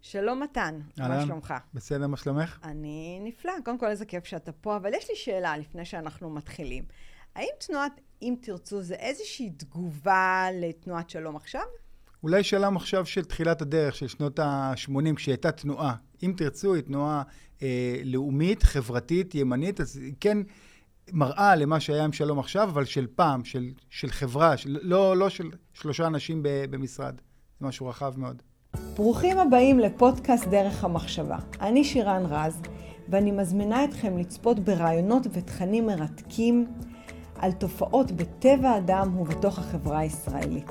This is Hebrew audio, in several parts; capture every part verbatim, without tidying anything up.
שלום מתן, מה שלומך? בסדר, מה שלומך? אני נפלא, קודם כל איזה כיף שאתה פה, אבל יש לי שאלה לפני שאנחנו מתחילים. האם תנועת אם תרצו זה איזושהי תגובה לתנועת שלום עכשיו? אולי שלום עכשיו של תחילת הדרך, של שנות ה-שמונים, כשהייתה תנועה. אם תרצו, היא תנועה אה, לאומית, חברתית, ימנית, אז היא כן מראה למה שהיה עם שלום עכשיו, אבל של פעם, של, של חברה, של, לא, לא של שלושה אנשים במשרד. זה משהו רחב מאוד. ברוכים הבאים לפודקאסט דרך המחשבה. אני שירן רז, ואני מזמינה אתכם לצפות ברעיונות ותכנים מרתקים על תופעות בטבע האדם ובתוך החברה הישראלית.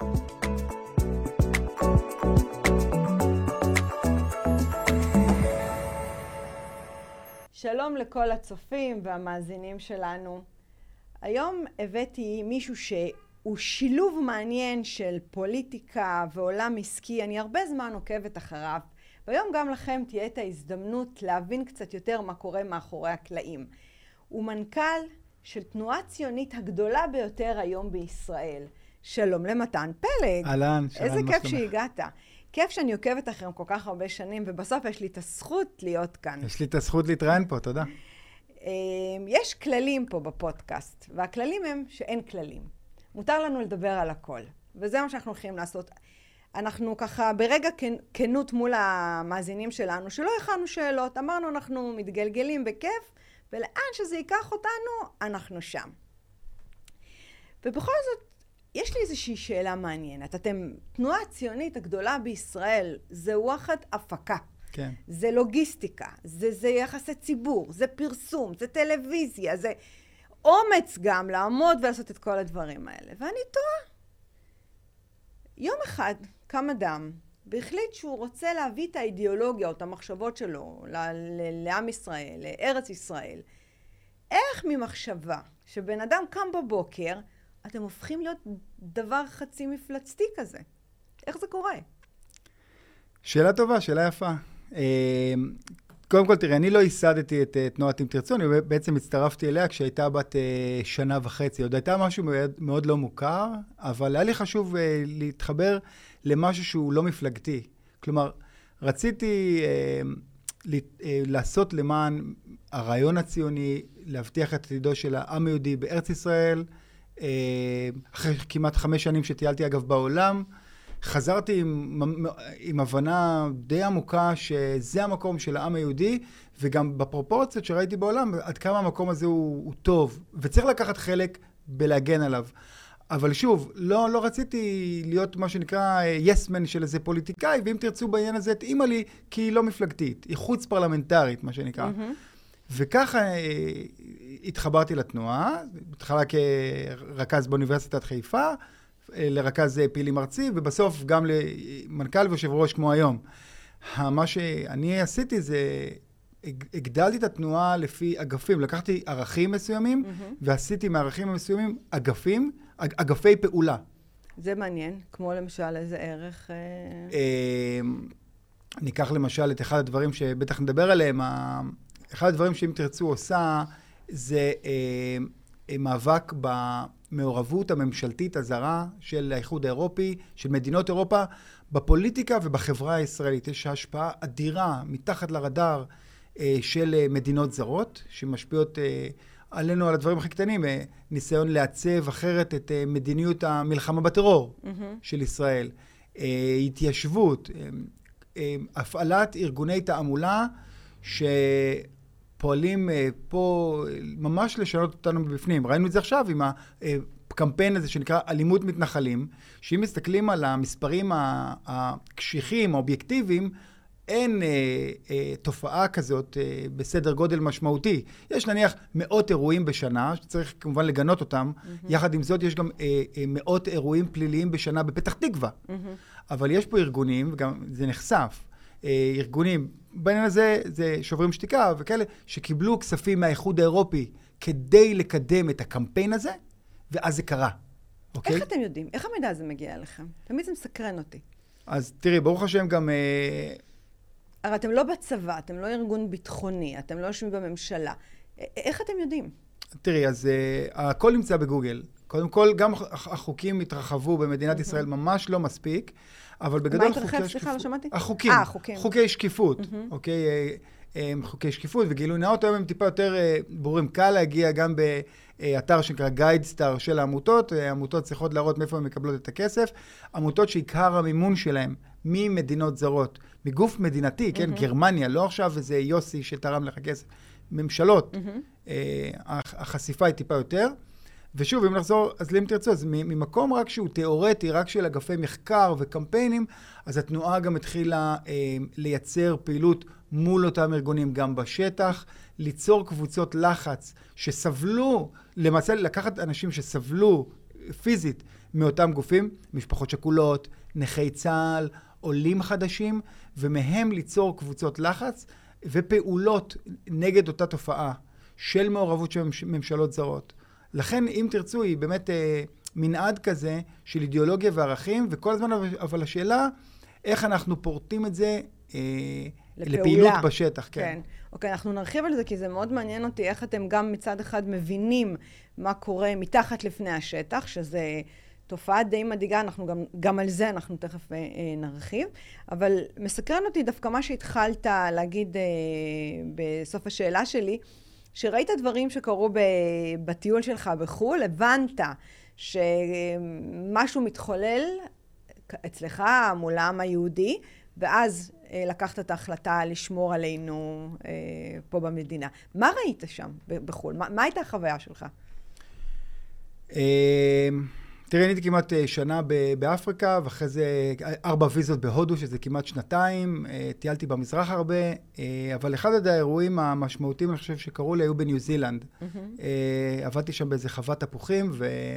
שלום לכל הצופים והמאזינים שלנו. היום הבאתי מישהו שהוא שילוב מעניין של פוליטיקה ועולם עסקי. אני הרבה זמן עוקבת אחריו, והיום גם לכם תהיה את ההזדמנות להבין קצת יותר מה קורה מאחורי הקלעים. הוא מנכ"ל של תנועה ציונית הגדולה ביותר היום בישראל. שלום למתן פלג. אהלן, שלום. איזה כיף שהגעת. כיף שאני עוקבת אחריהם כל כך הרבה שנים, ובסוף יש לי את הזכות להיות כאן. יש לי את הזכות להתראיין פה, תודה. יש כללים פה בפודקאסט, והכללים הם שאין כללים. מותר לנו לדבר על הכל, וזה מה שאנחנו הולכים לעשות. אנחנו ככה ברגע כנות מול המאזינים שלנו, שלא הכנו שאלות, אמרנו אנחנו מתגלגלים בכיף, ולאן שזה ייקח אותנו, אנחנו שם. ובכל זאת, יש לי איזושהי שאלה מעניינת. אתם, תנועה הציונית הגדולה בישראל, זה וואחד הפקה. כן. זה לוגיסטיקה, זה, זה יחסי ציבור, זה פרסום, זה טלוויזיה, זה אומץ גם לעמוד ולעשות את כל הדברים האלה. ואני תוהה, יום אחד קם אדם והחליט שהוא רוצה להביא את האידיאולוגיה או את המחשבות שלו לעם ישראל, לארץ ישראל. איך ממחשבה שבן אדם קם בבוקר, אתם הופכים להיות דבר חצי מפלצתי כזה? איך זה קורה? שאלה טובה, שאלה יפה. קודם כל, תראה, אני לא ייסדתי את תנועת אם תרצו, אני בעצם הצטרפתי אליה כשהייתה בת שנה וחצי. עוד הייתה משהו מאוד, מאוד לא מוכר, אבל היה לי חשוב להתחבר למשהו שהוא לא מפלגתי. כלומר, רציתי לעשות למען הרעיון הציוני, להבטיח את עתידו של העם היהודי בארץ ישראל, אחרי כמעט חמש שנים שטיילתי אגב בעולם, חזרתי עם, עם הבנה די עמוקה שזה המקום של העם היהודי, וגם בפרופורציות שראיתי בעולם, עד כמה המקום הזה הוא, הוא טוב, וצריך לקחת חלק בלהגן עליו. אבל שוב, לא, לא רציתי להיות מה שנקרא יסמן של איזה פוליטיקאי, ואם תרצו בעניין הזה, תאימה לי, כי היא לא מפלגתית, היא חוץ פרלמנטרית, מה שנקרא. Mm-hmm. וככה התחברתי לתנועה, התחלה כרכז באוניברסיטת חיפה, לרכז פעילים ארצי, ובסוף גם למנכ"ל ויושב ראש כמו היום. מה שאני עשיתי זה, הגדלתי את התנועה לפי אגפים, לקחתי ערכים מסוימים, mm-hmm. ועשיתי מערכים מסוימים אגפים, אגפי פעולה. זה מעניין, כמו למשל איזה ערך? אני אקח למשל את אחד הדברים שבטח נדבר עליהם, אחד הדברים שאם תרצו עושה, זה מאבק במעורבות הממשלתית הזרה של האיחוד האירופי, של מדינות אירופה, בפוליטיקה ובחברה הישראלית. יש השפעה אדירה מתחת לרדאר של מדינות זרות, שמשפיעות עלינו על הדברים הכי קטנים, ניסיון לעצב אחרת את מדיניות המלחמה בטרור mm-hmm. של ישראל, התיישבות, הפעלת ארגוני תעמולה שפועלים פה ממש לשנות אותנו מבפנים. ראינו את זה עכשיו עם הקמפיין הזה שנקרא אלימות מתנחלים, שאם מסתכלים על המספרים הקשיחים, האובייקטיביים, אין אה, אה, תופעה כזאת אה, בסדר גודל משמעותי. יש נניח מאות אירועים בשנה, שצריך כמובן לגנות אותם. Mm-hmm. יחד עם זאת יש גם אה, אה, מאות אירועים פליליים בשנה בפתח תקווה. Mm-hmm. אבל יש פה ארגונים, וגם זה נחשף, אה, ארגונים, בעניין הזה זה שוברים שתיקה וכאלה, שקיבלו כספים מהאיחוד האירופי כדי לקדם את הקמפיין הזה, ואז זה קרה. אוקיי? איך אתם יודעים? איך המידע הזה מגיע אליכם? תמיד זה מסקרן אותי. אז תראי, ברוך השם גם... אה, הרי אתם לא בצבא, אתם לא ארגון ביטחוני, אתם לא יושבים בממשלה. איך אתם יודעים? תראי, אז uh, הכל נמצא בגוגל. קודם כל, גם החוקים התרחבו במדינת ישראל ממש לא מספיק, אבל בגדול חוקי השקיפות... מה התרחב? סליחה, לא שמעתי? החוקים. אה, החוקים. חוקי שקיפות, אוקיי? חוקי שקיפות וגילוי נאות, היום הם טיפה יותר ברורים. קל להגיע גם באתר שנקרא גיידסטאר של העמותות. העמותות צריכות להראות מאיפה הן מקבלות את הכסף. עמותות שעיקר המימון שלהם ממדינות זרות, מגוף מדינתי, כן? גרמניה, לא עכשיו איזה יוסי שתרם לך כסף. ממשלות, החשיפה היא טיפה יותר. ושוב, אם נחזור, אז אם תרצו, אז ממקום רק שהוא תיאורטי, רק של אגפי מחקר וקמפיינים, אז התנועה גם התחילה אה, לייצר פעילות מול אותם ארגונים גם בשטח, ליצור קבוצות לחץ שסבלו, למעשה לקחת אנשים שסבלו פיזית מאותם גופים, משפחות שכולות, נכי צה"ל, עולים חדשים, ומהם ליצור קבוצות לחץ ופעולות נגד אותה תופעה של מעורבות של ממשלות זרות. לכן, אם תרצו, היא באמת אה, מנעד כזה של אידיאולוגיה וערכים, וכל הזמן, אבל השאלה, איך אנחנו פורטים את זה אה, לפעילות בשטח. כן. כן. אוקיי, אנחנו נרחיב על זה, כי זה מאוד מעניין אותי, איך אתם גם מצד אחד מבינים מה קורה מתחת לפני השטח, שזה תופעה די מדאיגה, אנחנו גם, גם על זה אנחנו תכף אה, נרחיב, אבל מסקרן אותי דווקא מה שהתחלת להגיד אה, בסוף השאלה שלי, שראית דברים שקרו בטיול שלך בחו"ל, הבנת שמשהו מתחולל אצלך מול העם היהודי, ואז לקחת את ההחלטה לשמור עלינו פה במדינה. מה ראית שם בחו"ל? מה, מה הייתה החוויה שלך? תראה, אני הייתי כמעט שנה באפריקה, ואחרי זה ארבע ויזות בהודו, שזה כמעט שנתיים. טיילתי במזרח הרבה, אבל אחד האירועים המשמעותיים, אני חושב שקראו לי, היו בניו זילנד. עבדתי שם באיזה חוות תפוחים,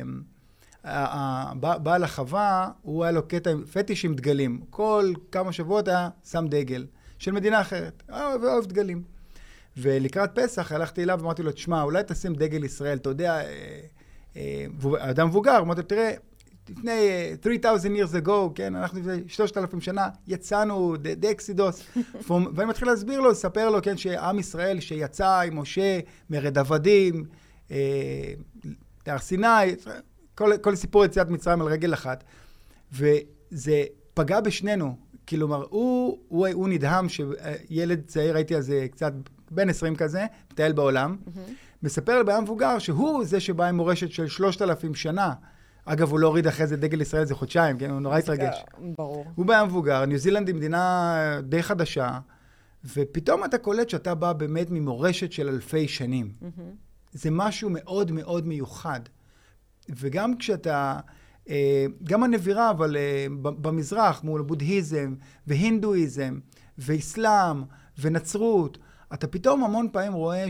ובעל החווה, הוא היה לו קטע פטיש עם דגלים. כל כמה שבועות היה שם דגל של מדינה אחרת. אוהב דגלים. ולקראת פסח הלכתי אליו ואמרתי לו, תשמע, אולי תשים דגל ישראל, אתה יודע... אדם מבוגר, אמרתי, תראה, לפני three thousand years ago, כן, אנחנו לפני שלושת אלפים שנה, יצאנו, דה אקסידוס, ואני מתחיל להסביר לו, לספר לו, כן, שעם ישראל שיצא עם משה, מרד עבדים, להר סיני, כל, כל סיפור יציאת מצרים על רגל אחת, וזה פגע בשנינו, כלומר, הוא, הוא, הוא נדהם שילד צעיר, הייתי אז קצת בן עשרים כזה, מטייל בעולם, מספר לבעיה מבוגר שהוא זה שבא עם מורשת של שלושת אלפים שנה. אגב, הוא לא הוריד אחרי זה דגל ישראל, זה חודשיים, כן? הוא נורא התרגש. ברור. הוא בעיה מבוגר, ניו זילנד היא מדינה די חדשה, ופתאום אתה קולט שאתה בא באמת ממורשת של אלפי שנים. זה משהו מאוד מאוד מיוחד. וגם כשאתה, גם הנבירה, אבל במזרח, מול בודהיזם והינדואיזם ואסלאם ונצרות, אתה פתאום המון פעמים רואה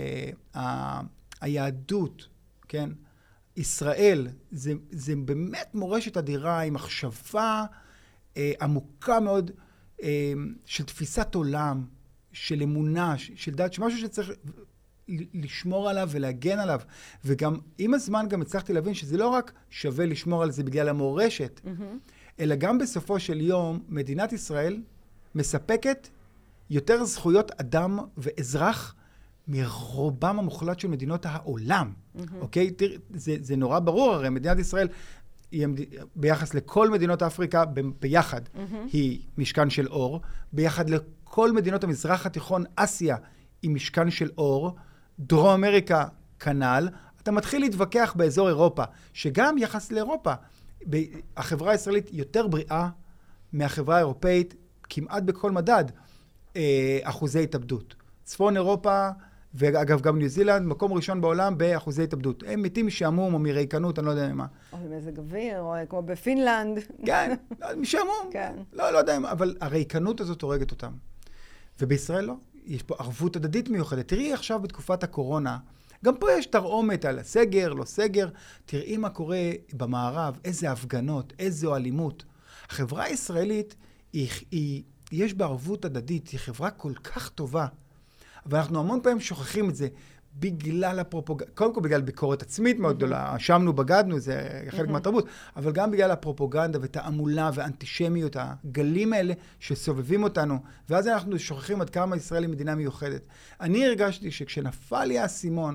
שהיהדות, כן, ישראל, זה, זה באמת מורשת אדירה עם מחשבה אה, עמוקה מאוד אה, של תפיסת עולם, של אמונה, של דת, שמשהו שצריך לשמור עליו ולהגן עליו. וגם עם הזמן גם הצלחתי להבין שזה לא רק שווה לשמור על זה בגלל המורשת, mm-hmm. אלא גם בסופו של יום מדינת ישראל מספקת יותר זכויות אדם ואזרח מרובם המוחלט של מדינות העולם. Mm-hmm. אוקיי? תראה, זה, זה נורא ברור, הרי מדינת ישראל, היא, ביחס לכל מדינות אפריקה, ב, ביחד, mm-hmm. היא משכן של אור. ביחד לכל מדינות המזרח התיכון, אסיה, היא משכן של אור. דרום אמריקה, כנ"ל. אתה מתחיל להתווכח באזור אירופה, שגם יחס לאירופה, החברה הישראלית יותר בריאה מהחברה האירופאית, כמעט בכל מדד. אחוזי התאבדות. צפון אירופה, ואגב גם ניו זילנד, מקום ראשון בעולם באחוזי התאבדות. הם מתים משעמום או מריקנות, אני לא יודע מה. או מזג אוויר, או כמו בפינלנד. כן, משעמום. כן. לא, לא יודע, אבל הריקנות הזאת הורגת אותם. ובישראל לא. יש פה ערבות הדדית מיוחדת. תראי עכשיו בתקופת הקורונה, גם פה יש תרעומת על הסגר, לא סגר. תראי מה קורה במערב, איזה הפגנות, איזו אלימות. החברה הישראלית היא... היא יש בה ערבות הדדית, היא חברה כל כך טובה, אבל אנחנו המון פעמים שוכחים את זה בגלל הפרופוגנדה, קודם כל בגלל ביקורת עצמית מאוד גדולה, אשמנו, בגדנו, זה חלק מהתרבות, אבל גם בגלל הפרופוגנדה ותעמולה והאנטישמיות, הגלים האלה שסובבים אותנו, ואז אנחנו שוכחים עד כמה ישראל היא מדינה מיוחדת. אני הרגשתי שכשנפל לי האסימון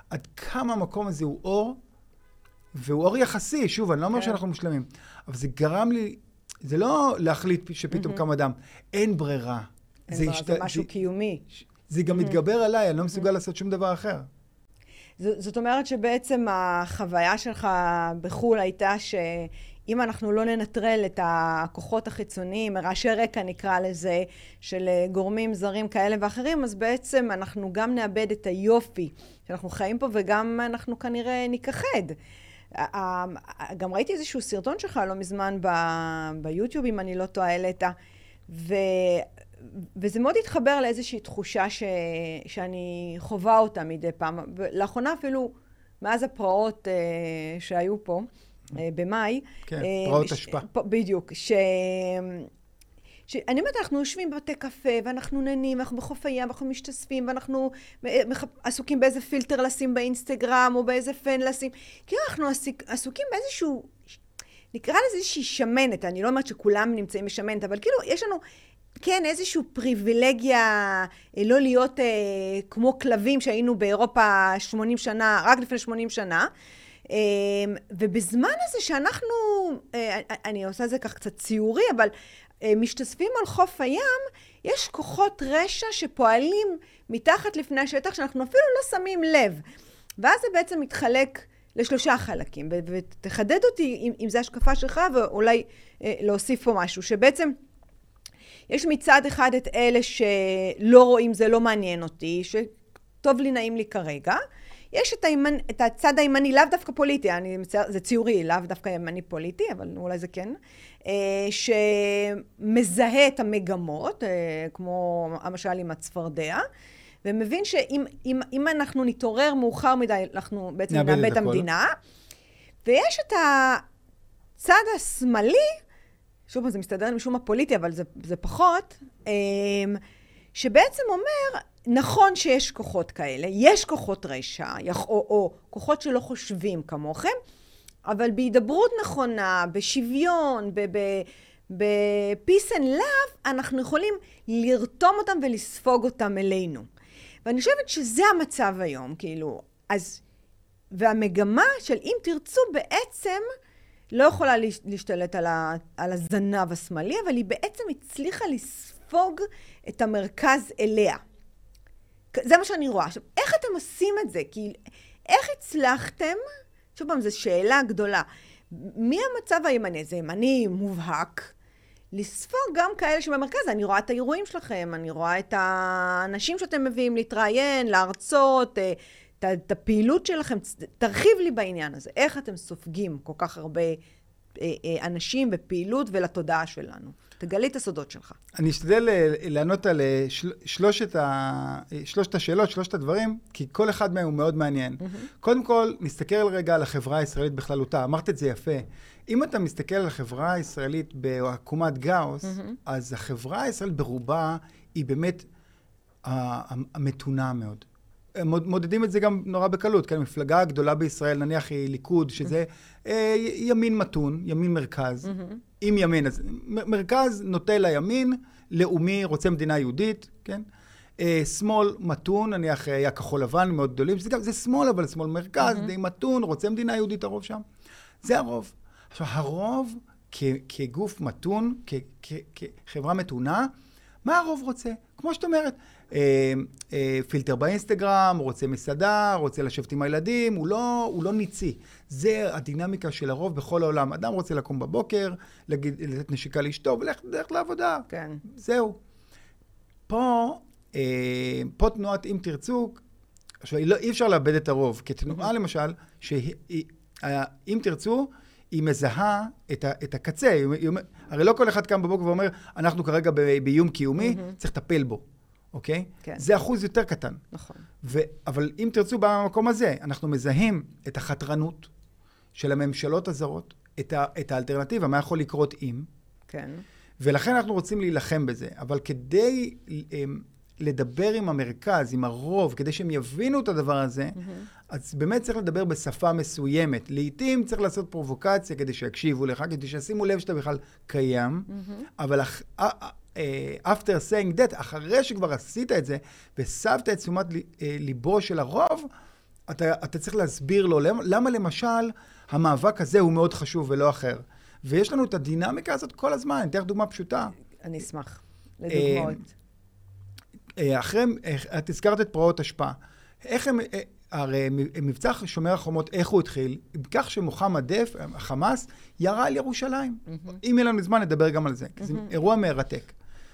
עד כמה המקום הזה הוא אור, והוא אור יחסי, שוב, אני לא אומר כן. שאנחנו מושלמים, אבל זה גרם לי, זה לא להחליט שפתאום Mm-hmm. קם אדם, אין ברירה. אין זה, ברירה, השת... זה משהו זה... קיומי. זה גם מתגבר עליי, אני לא מסוגל לעשות שום דבר אחר. ז- זאת אומרת שבעצם החוויה שלך בחו"ל הייתה שאם אנחנו לא ננטרל את הכוחות החיצוניים, רעשי רקע נקרא לזה, של גורמים זרים כאלה ואחרים, אז בעצם אנחנו גם נאבד את היופי שאנחנו חיים פה, וגם אנחנו כנראה נכחד. גם ראיתי איזשהו סרטון שלך לא מזמן ב- ביוטיוב, אם אני לא טועה, העלית, ו... וזה מאוד התחבר לאיזושהי תחושה ש... שאני חווה אותה מדי פעם. לאחרונה אפילו, מאז הפרעות uh, שהיו פה, uh, במאי. כן, uh, פרעות ש... אשפה. פ... בדיוק. ש... שאני אומרת, אנחנו יושבים בבתי קפה, ואנחנו נהנים, ואנחנו בחוף הים, ואנחנו משתספים, ואנחנו עסוקים באיזה פילטר לשים באינסטגרם, או באיזה פן לשים. כאילו אנחנו עסוקים באיזשהו, נקרא לזה איזושהי שמנת, אני לא אומרת שכולם נמצאים בשמנת, אבל כאילו יש לנו, כן, איזושהי פריבילגיה, לא להיות אה, כמו כלבים שהיינו באירופה שמונים שנה, רק לפני שמונים שנה, אה, ובזמן הזה שאנחנו, אה, אני עושה זה כך קצת ציורי, אבל אה, משתספים על חוף הים, יש כוחות רשע שפועלים מתחת לפני השטח, שאנחנו אפילו לא שמים לב. ואז זה בעצם מתחלק לשלושה חלקים, ו- ותחדד אותי אם, אם זה השקפה שלך, ואולי אה, להוסיף פה משהו, שבעצם יש מצד אחד את אלה שלא רואים, זה לא מעניין אותי, שטוב לי, נעים לי כרגע. יש את, הימנ... את הצד הימני, לאו דווקא פוליטי, אני מצייר, זה ציורי, לאו דווקא ימני פוליטי, אבל אולי זה כן, שמזהה את המגמות, כמו למשל עם הצפרדע, ומבין שאם אם, אם אנחנו נתעורר מאוחר מדי, אנחנו בעצם נאבד את המדינה. ויש את הצד השמאלי, שוב, זה מסתדר משום הפוליטי, אבל זה, זה פחות, שבעצם אומר, נכון שיש כוחות כאלה, יש כוחות רשע, או, או כוחות שלא חושבים כמוכם, אבל בהידברות נכונה, בשוויון, ב-peace and love, אנחנו יכולים לרתום אותם ולספוג אותם אלינו. ואני חושבת שזה המצב היום, כאילו, אז, והמגמה של אם תרצו בעצם, לא יכולה להשתלט על, ה, על הזנב השמאלי, אבל היא בעצם הצליחה לספוג את המרכז אליה. זה מה שאני רואה. עכשיו, איך אתם עושים את זה? כי איך הצלחתם, שוב פעם, זו שאלה גדולה, מי המצב הימני? זה ימני מובהק, לספוג גם כאלה שבמרכז, אני רואה את האירועים שלכם, אני רואה את האנשים שאתם מביאים להתראיין, להרצות, את הפעילות שלכם, תרחיב לי בעניין הזה. איך אתם סופגים כל כך הרבה אנשים בפעילות ולתודעה שלנו? תגלי את הסודות שלך. אני אשתדל לענות על שלושת, ה... שלושת השאלות, שלושת הדברים, כי כל אחד מהם הוא מאוד מעניין. Mm-hmm. קודם כל, נסתכל רגע על החברה הישראלית בכללותה. אמרת את זה יפה. אם אתה מסתכל על החברה הישראלית בעקומת גאוס, mm-hmm. אז החברה הישראלית ברובה היא באמת המתונה מאוד. מודדים את זה גם נורא בקלות, כי המפלגה הגדולה בישראל, נניח היא ליכוד, שזה אה, ימין מתון, ימין מרכז, mm-hmm. עם ימין, אז מ- מרכז נוטה לימין, לאומי, רוצה מדינה יהודית, כן? אה, שמאל מתון, נניח היה כחול לבן, מאוד גדולים, זה, גם, זה שמאל, אבל שמאל מרכז, mm-hmm. די מתון, רוצה מדינה יהודית, הרוב שם. זה הרוב. עכשיו, הרוב כ- כגוף מתון, כ- כ- כחברה מתונה, מה הרוב רוצה? כמו שאת אומרת, אה, אה, פילטר באינסטגרם, רוצה מסעדה, רוצה לשבת עם הילדים, הוא לא, הוא לא ניצי. זה הדינמיקה של הרוב בכל העולם. אדם רוצה לקום בבוקר, להגיד, לתת נשיקה לאשתו, וללכת לעבודה. כן. זהו. פה, אה, פה תנועת אם תרצו, עכשיו, לא, אי אפשר לאבד את הרוב, כי תנועה למשל, שאם תרצו, היא מזהה את, ה, את הקצה. היא, היא, הרי לא כל אחד קם בבוקר ואומר, אנחנו כרגע באיום קיומי, mm-hmm. צריך לטפל בו. אוקיי? כן. זה אחוז יותר קטן. נכון. ו, אבל אם תרצו במקום הזה, אנחנו מזהים את החתרנות של הממשלות הזרות, את, ה, את האלטרנטיבה, מה יכול לקרות אם. כן. ולכן אנחנו רוצים להילחם בזה. אבל כדי הם, לדבר עם המרכז, עם הרוב, כדי שהם יבינו את הדבר הזה, mm-hmm. אז באמת צריך לדבר בשפה מסוימת. לעתים צריך לעשות פרובוקציה כדי שיקשיבו לך, כדי שישימו לב שאתה בכלל קיים, mm-hmm. אבל אח, after saying that, אחרי שכבר עשית את זה, וסבת את תשומת ליבו של הרוב, אתה, אתה צריך להסביר לו, למה, למה למשל המאבק הזה הוא מאוד חשוב ולא אחר. ויש לנו את הדינמיקה הזאת כל הזמן. אני אתן לך דוגמה פשוטה. אני אשמח לדוגמאות. אחרי, את הזכרת את פרעות השפעה. איך הם, הרי מבצע שומר החומות, איך הוא התחיל? בכך שמוחמד דף, החמאס, ירה על ירושלים. Mm-hmm. אם יהיה לנו זמן, נדבר גם על זה. Mm-hmm. זה אירוע מרתק.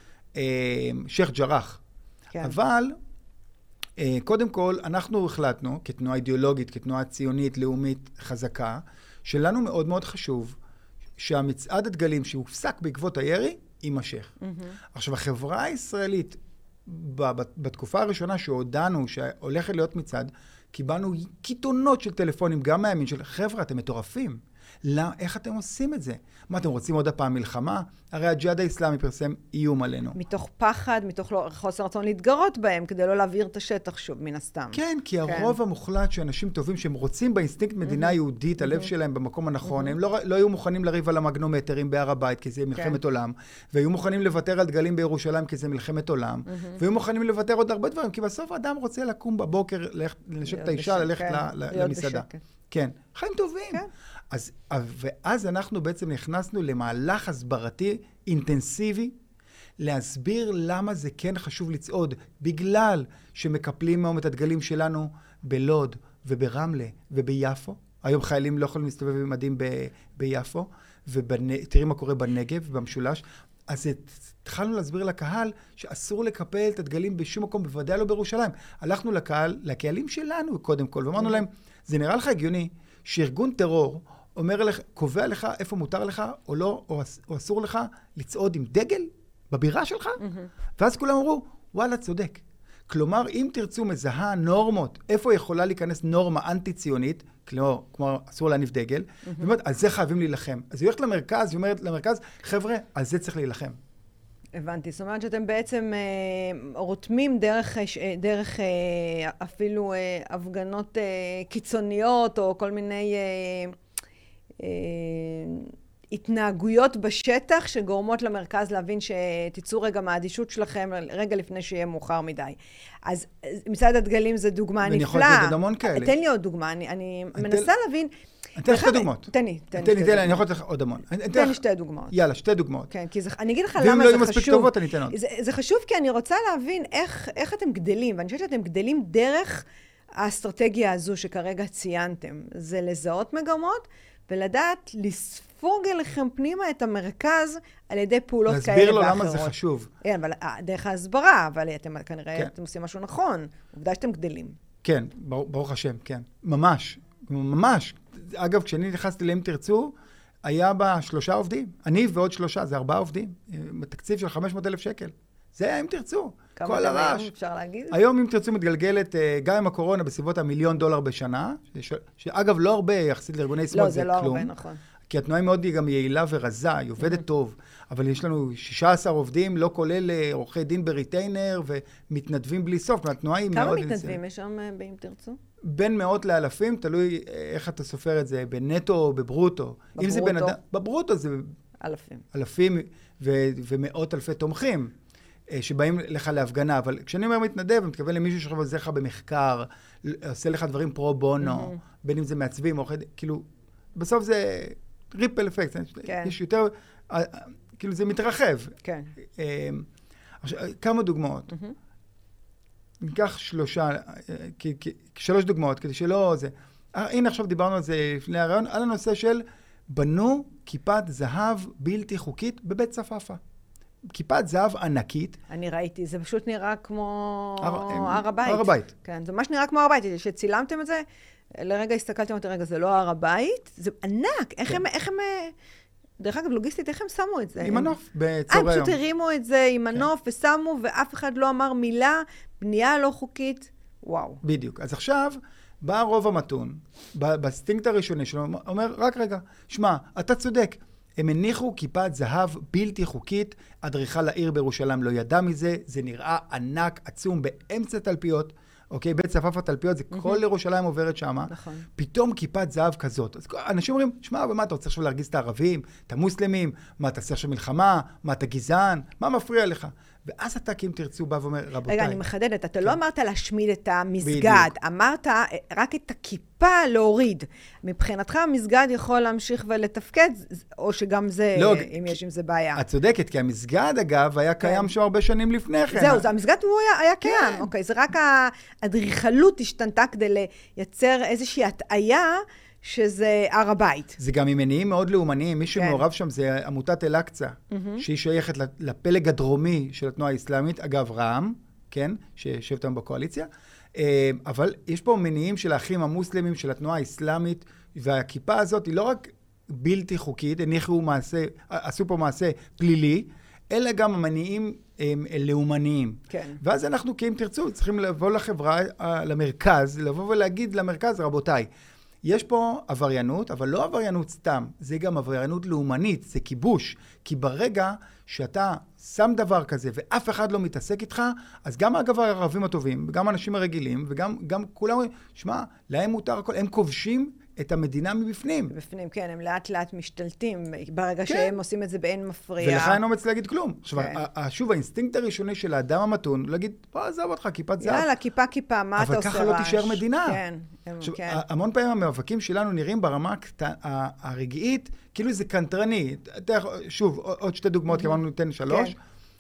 שייח ג'רח. כן. אבל, קודם כל, אנחנו החלטנו, כתנועה אידיאולוגית, כתנועה ציונית, לאומית, חזקה, שלנו מאוד מאוד חשוב, שהמצעד הדגלים שהופסק בעקבות הירי, יימשך. Mm-hmm. עכשיו, החברה הישראלית, בתקופה הראשונה שהודענו שהולכת להיות מצעד, קיבלנו קיתונות של טלפונים, גם מהימין של חבר'ה, אתם מטורפים. לא, איך אתם עושים את זה? מה, אתם רוצים עוד הפעם מלחמה? הרי הג'יהאד האסלאמי פרסם איום עלינו. מתוך פחד, מתוך לא, חוסר רצון להתגרות בהם, כדי לא להעביר את השטח שוב, מן הסתם. כן, כי כן. הרוב המוחלט שאנשים טובים, שהם רוצים באינסטינקט מדינה mm-hmm. יהודית, הלב mm-hmm. שלהם במקום הנכון, mm-hmm. הם לא, לא היו מוכנים לריב על המגנומטרים בהר הבית, כי זה מלחמת כן. עולם, והיו מוכנים לוותר על דגלים בירושלים, כי זה מלחמת עולם, mm-hmm. והיו מוכנים לוותר עוד הרבה דברים, כי בסוף האדם רוצה לקום בבוקר, לנשק את האישה, ללכת למסעדה. כן, חיים טובים. כן. אז, ואז אנחנו בעצם נכנסנו למהלך הסברתי אינטנסיבי, להסביר למה זה כן חשוב לצעוד, בגלל שמקפלים היום את הדגלים שלנו בלוד וברמלה וביפו. היום חיילים לא יכולים להסתובב במדים ב- ביפו, ותראי מה קורה בנגב, במשולש. אז התחלנו להסביר לקהל שאסור לקפל את הדגלים בשום מקום, בוודאי לא בירושלים. הלכנו לקהל, לקהלים שלנו קודם כל, ואמרנו להם, זה נראה לך הגיוני שארגון טרור אומר לך, קובע לך איפה מותר לך או לא, או, או אסור לך לצעוד עם דגל בבירה שלך? Mm-hmm. ואז כולם אמרו, וואלה, צודק. כלומר, אם תרצו מזהה נורמות, איפה יכולה להיכנס נורמה אנטי-ציונית, כלומר, כמו אסור להניף דגל, mm-hmm. ואומרת, על זה חייבים להילחם. אז היא הולכת למרכז, היא אומרת למרכז, חבר'ה, על זה צריך להילחם. הבנתי. זאת אומרת שאתם בעצם אה, רותמים דרך, דרך אה, אפילו אה, הפגנות אה, קיצוניות, או כל מיני אה, אה, התנהגויות בשטח, שגורמות למרכז להבין שתצאו רגע מהאדישות שלכם, רגע לפני שיהיה מאוחר מדי. אז מצעד הדגלים זה דוגמה נפלאה. ואני יכול לתת עוד המון כאלה. תן לי עוד דוגמה, אני, אני מנסה להבין... אני אתן לך שתי דוגמאות. תן לי, תן לי שתי דוגמאות. אני יכול לתת לך עוד המון. תן לי שתי דוגמאות. יאללה, שתי דוגמאות. כן, כי אני אגיד לך למה זה חשוב. ואם לא יהיו מספיק חשוב. טובות, אני אתן עוד. זה, זה חשוב כי אני רוצה להבין איך, איך אתם גדלים, ואני חושבת שאתם גדלים דרך האסטרטגיה הזו שכרגע ציינתם. זה לזהות מגמות, ולדעת לספוג אליכם פנימה את המרכז על ידי פעולות כאלה ואחרות. להסביר לו למה זה חשוב. כן, אבל דרך ההסברה, אבל אתם כנראה כן. אתם עושים משהו נכון. עובדה שאתם גדלים. כן, ברוך השם, כן. ממש, ממש. אגב, כשאני נכנסתי לאם תרצו, היה בה שלושה עובדים. אני ועוד שלושה, זה ארבעה עובדים. בתקציב של חמש מאות אלף שקל. זה היה אם תרצו. כל הרעש. אפשר להגיד? היום אם תרצו מתגלגלת, גם עם הקורונה, בסביבות המיליון דולר בשנה, ש... שאגב לא הרבה יחסית לארגוני שמאל, לא, זה, זה לא כלום. הרבה, נכון. כי התנועה היא מאוד גם יעילה ורזה, היא עובדת mm-hmm. טוב, אבל יש לנו שישה עשר עובדים, לא כולל עורכי דין בריטיינר, ומתנדבים בלי סוף. התנועה היא מאוד... כמה מתנדבים יש שם באם תרצו? בין מאות לאלפים, תלוי איך אתה סופר את זה, בנטו או בברוטו. בברוטו? אם זה בנד... בברוטו זה... אלפים. אלפים ו... ומאות אלפי תומכים. שבאים לך להפגנה, אבל כשאני אומר מתנדב, אני מתכוון למישהו שחושב עוזר לך במחקר, עושה לך דברים פרו בונו, mm-hmm. בין אם זה מעצבים, או כאילו, בסוף זה ריפל אפקט, כן. יש יותר, כאילו זה מתרחב. כן. עכשיו, כמה דוגמאות. Mm-hmm. ניקח שלושה, שלוש דוגמאות, כדי שלא זה. הנה עכשיו דיברנו על זה לפני הרעיון, על הנושא של בנו כיפת זהב בלתי חוקית בבית צפאפא. כיפת זהב ענקית. אני ראיתי, זה פשוט נראה כמו הר הבית. הר הבית. כן, זה ממש נראה כמו הר הבית. כשצילמתם את זה, לרגע הסתכלתם אותי, רגע, זה לא הר הבית, זה ענק. איך הם, איך הם, דרך אגב, לוגיסטית, איך הם שמו את זה? עם מנוף, בצהרי היום. הם פשוט הרימו את זה עם מנוף ושמו, ואף אחד לא אמר מילה, בנייה לא חוקית. וואו. בדיוק. אז עכשיו, בא הרוב המתון, בסטינקט הראשוני שלו, אומר, רק רגע, שמע, אתה צודק. הם הניחו כיפת זהב בלתי חוקית, אדריכל העיר בירושלים לא ידע מזה, זה נראה ענק, עצום, באמצע תלפיות, אוקיי, בית צפאפא תלפיות, זה כל ירושלים עוברת שמה, נכון. פתאום כיפת זהב כזאת. אז אנשים אומרים, שמע, ומה, אתה רוצה עכשיו להרגיז את הערבים, את המוסלמים, מה, אתה עושה עכשיו מלחמה, מה, אתה גזען, מה מפריע לך? ואז אתה, כי אם תרצו, בא ואומר, רבותיי. רגע, אני מחדדת, אתה לא אמרת להשמיד את המסגד, אמרת רק את הכיפה להוריד. מבחינתך המסגד יכול להמשיך ולתפקד, או שגם זה, אם יש עם זה בעיה. את צודקת, כי המסגד, אגב, היה קיים שם הרבה שנים לפני כן. זהו, המסגד הוא היה קיים. אוקיי, זה רק האדריכלות השתנתה כדי לייצר איזושהי הטעיה, שזה הר הבית. זה גם ממניעים מאוד לאומניים. מי שמעורב שם זה עמותת אל-אקצא, שהיא שייכת לפלג הדרומי של התנועה האסלאמית, אגב רע"מ, כן, שיושבת היום בקואליציה, אבל יש פה מניעים של האחים המוסלמים, של התנועה האסלאמית, והכיפה הזאת היא לא רק בלתי חוקית, הניחו מעשה, עשו פה מעשה פלילי, אלא גם המניעים לאומניים. כן. ואז אנחנו, כי אם תרצו, צריכים לבוא לחברה, למרכז, לבוא ולהגיד למרכז, רבותיי, יש פה עבריינות, אבל לא עבריינות סתם, זה גם עבריינות לאומנית, זה כיבוש. כי ברגע שאתה שם דבר כזה ואף אחד לא מתעסק איתך, אז גם אגב הערבים הטובים, וגם האנשים הרגילים, וגם גם כולם, שמע, להם מותר הכל, הם כובשים את המדינה מבפנים. מבפנים, כן, הם לאט לאט משתלטים, ברגע כן. שהם עושים את זה באין מפריע. ולך אין אומץ להגיד כלום. עכשיו, כן. שוב, האינסטינקט הראשוני של האדם המתון, להגיד, בוא, עזוב אותך, כיפת זהב. יאללה, כיפה, כיפה, מה אתה עושה רעש? אבל ככה לא תישאר מדינה. כן, עכשיו, כן. המון פעמים המאבקים שלנו נראים ברמה הרגעית, כאילו זה קנטרני. שוב, עוד שתי דוגמאות, כי אמרנו ניתן שלוש.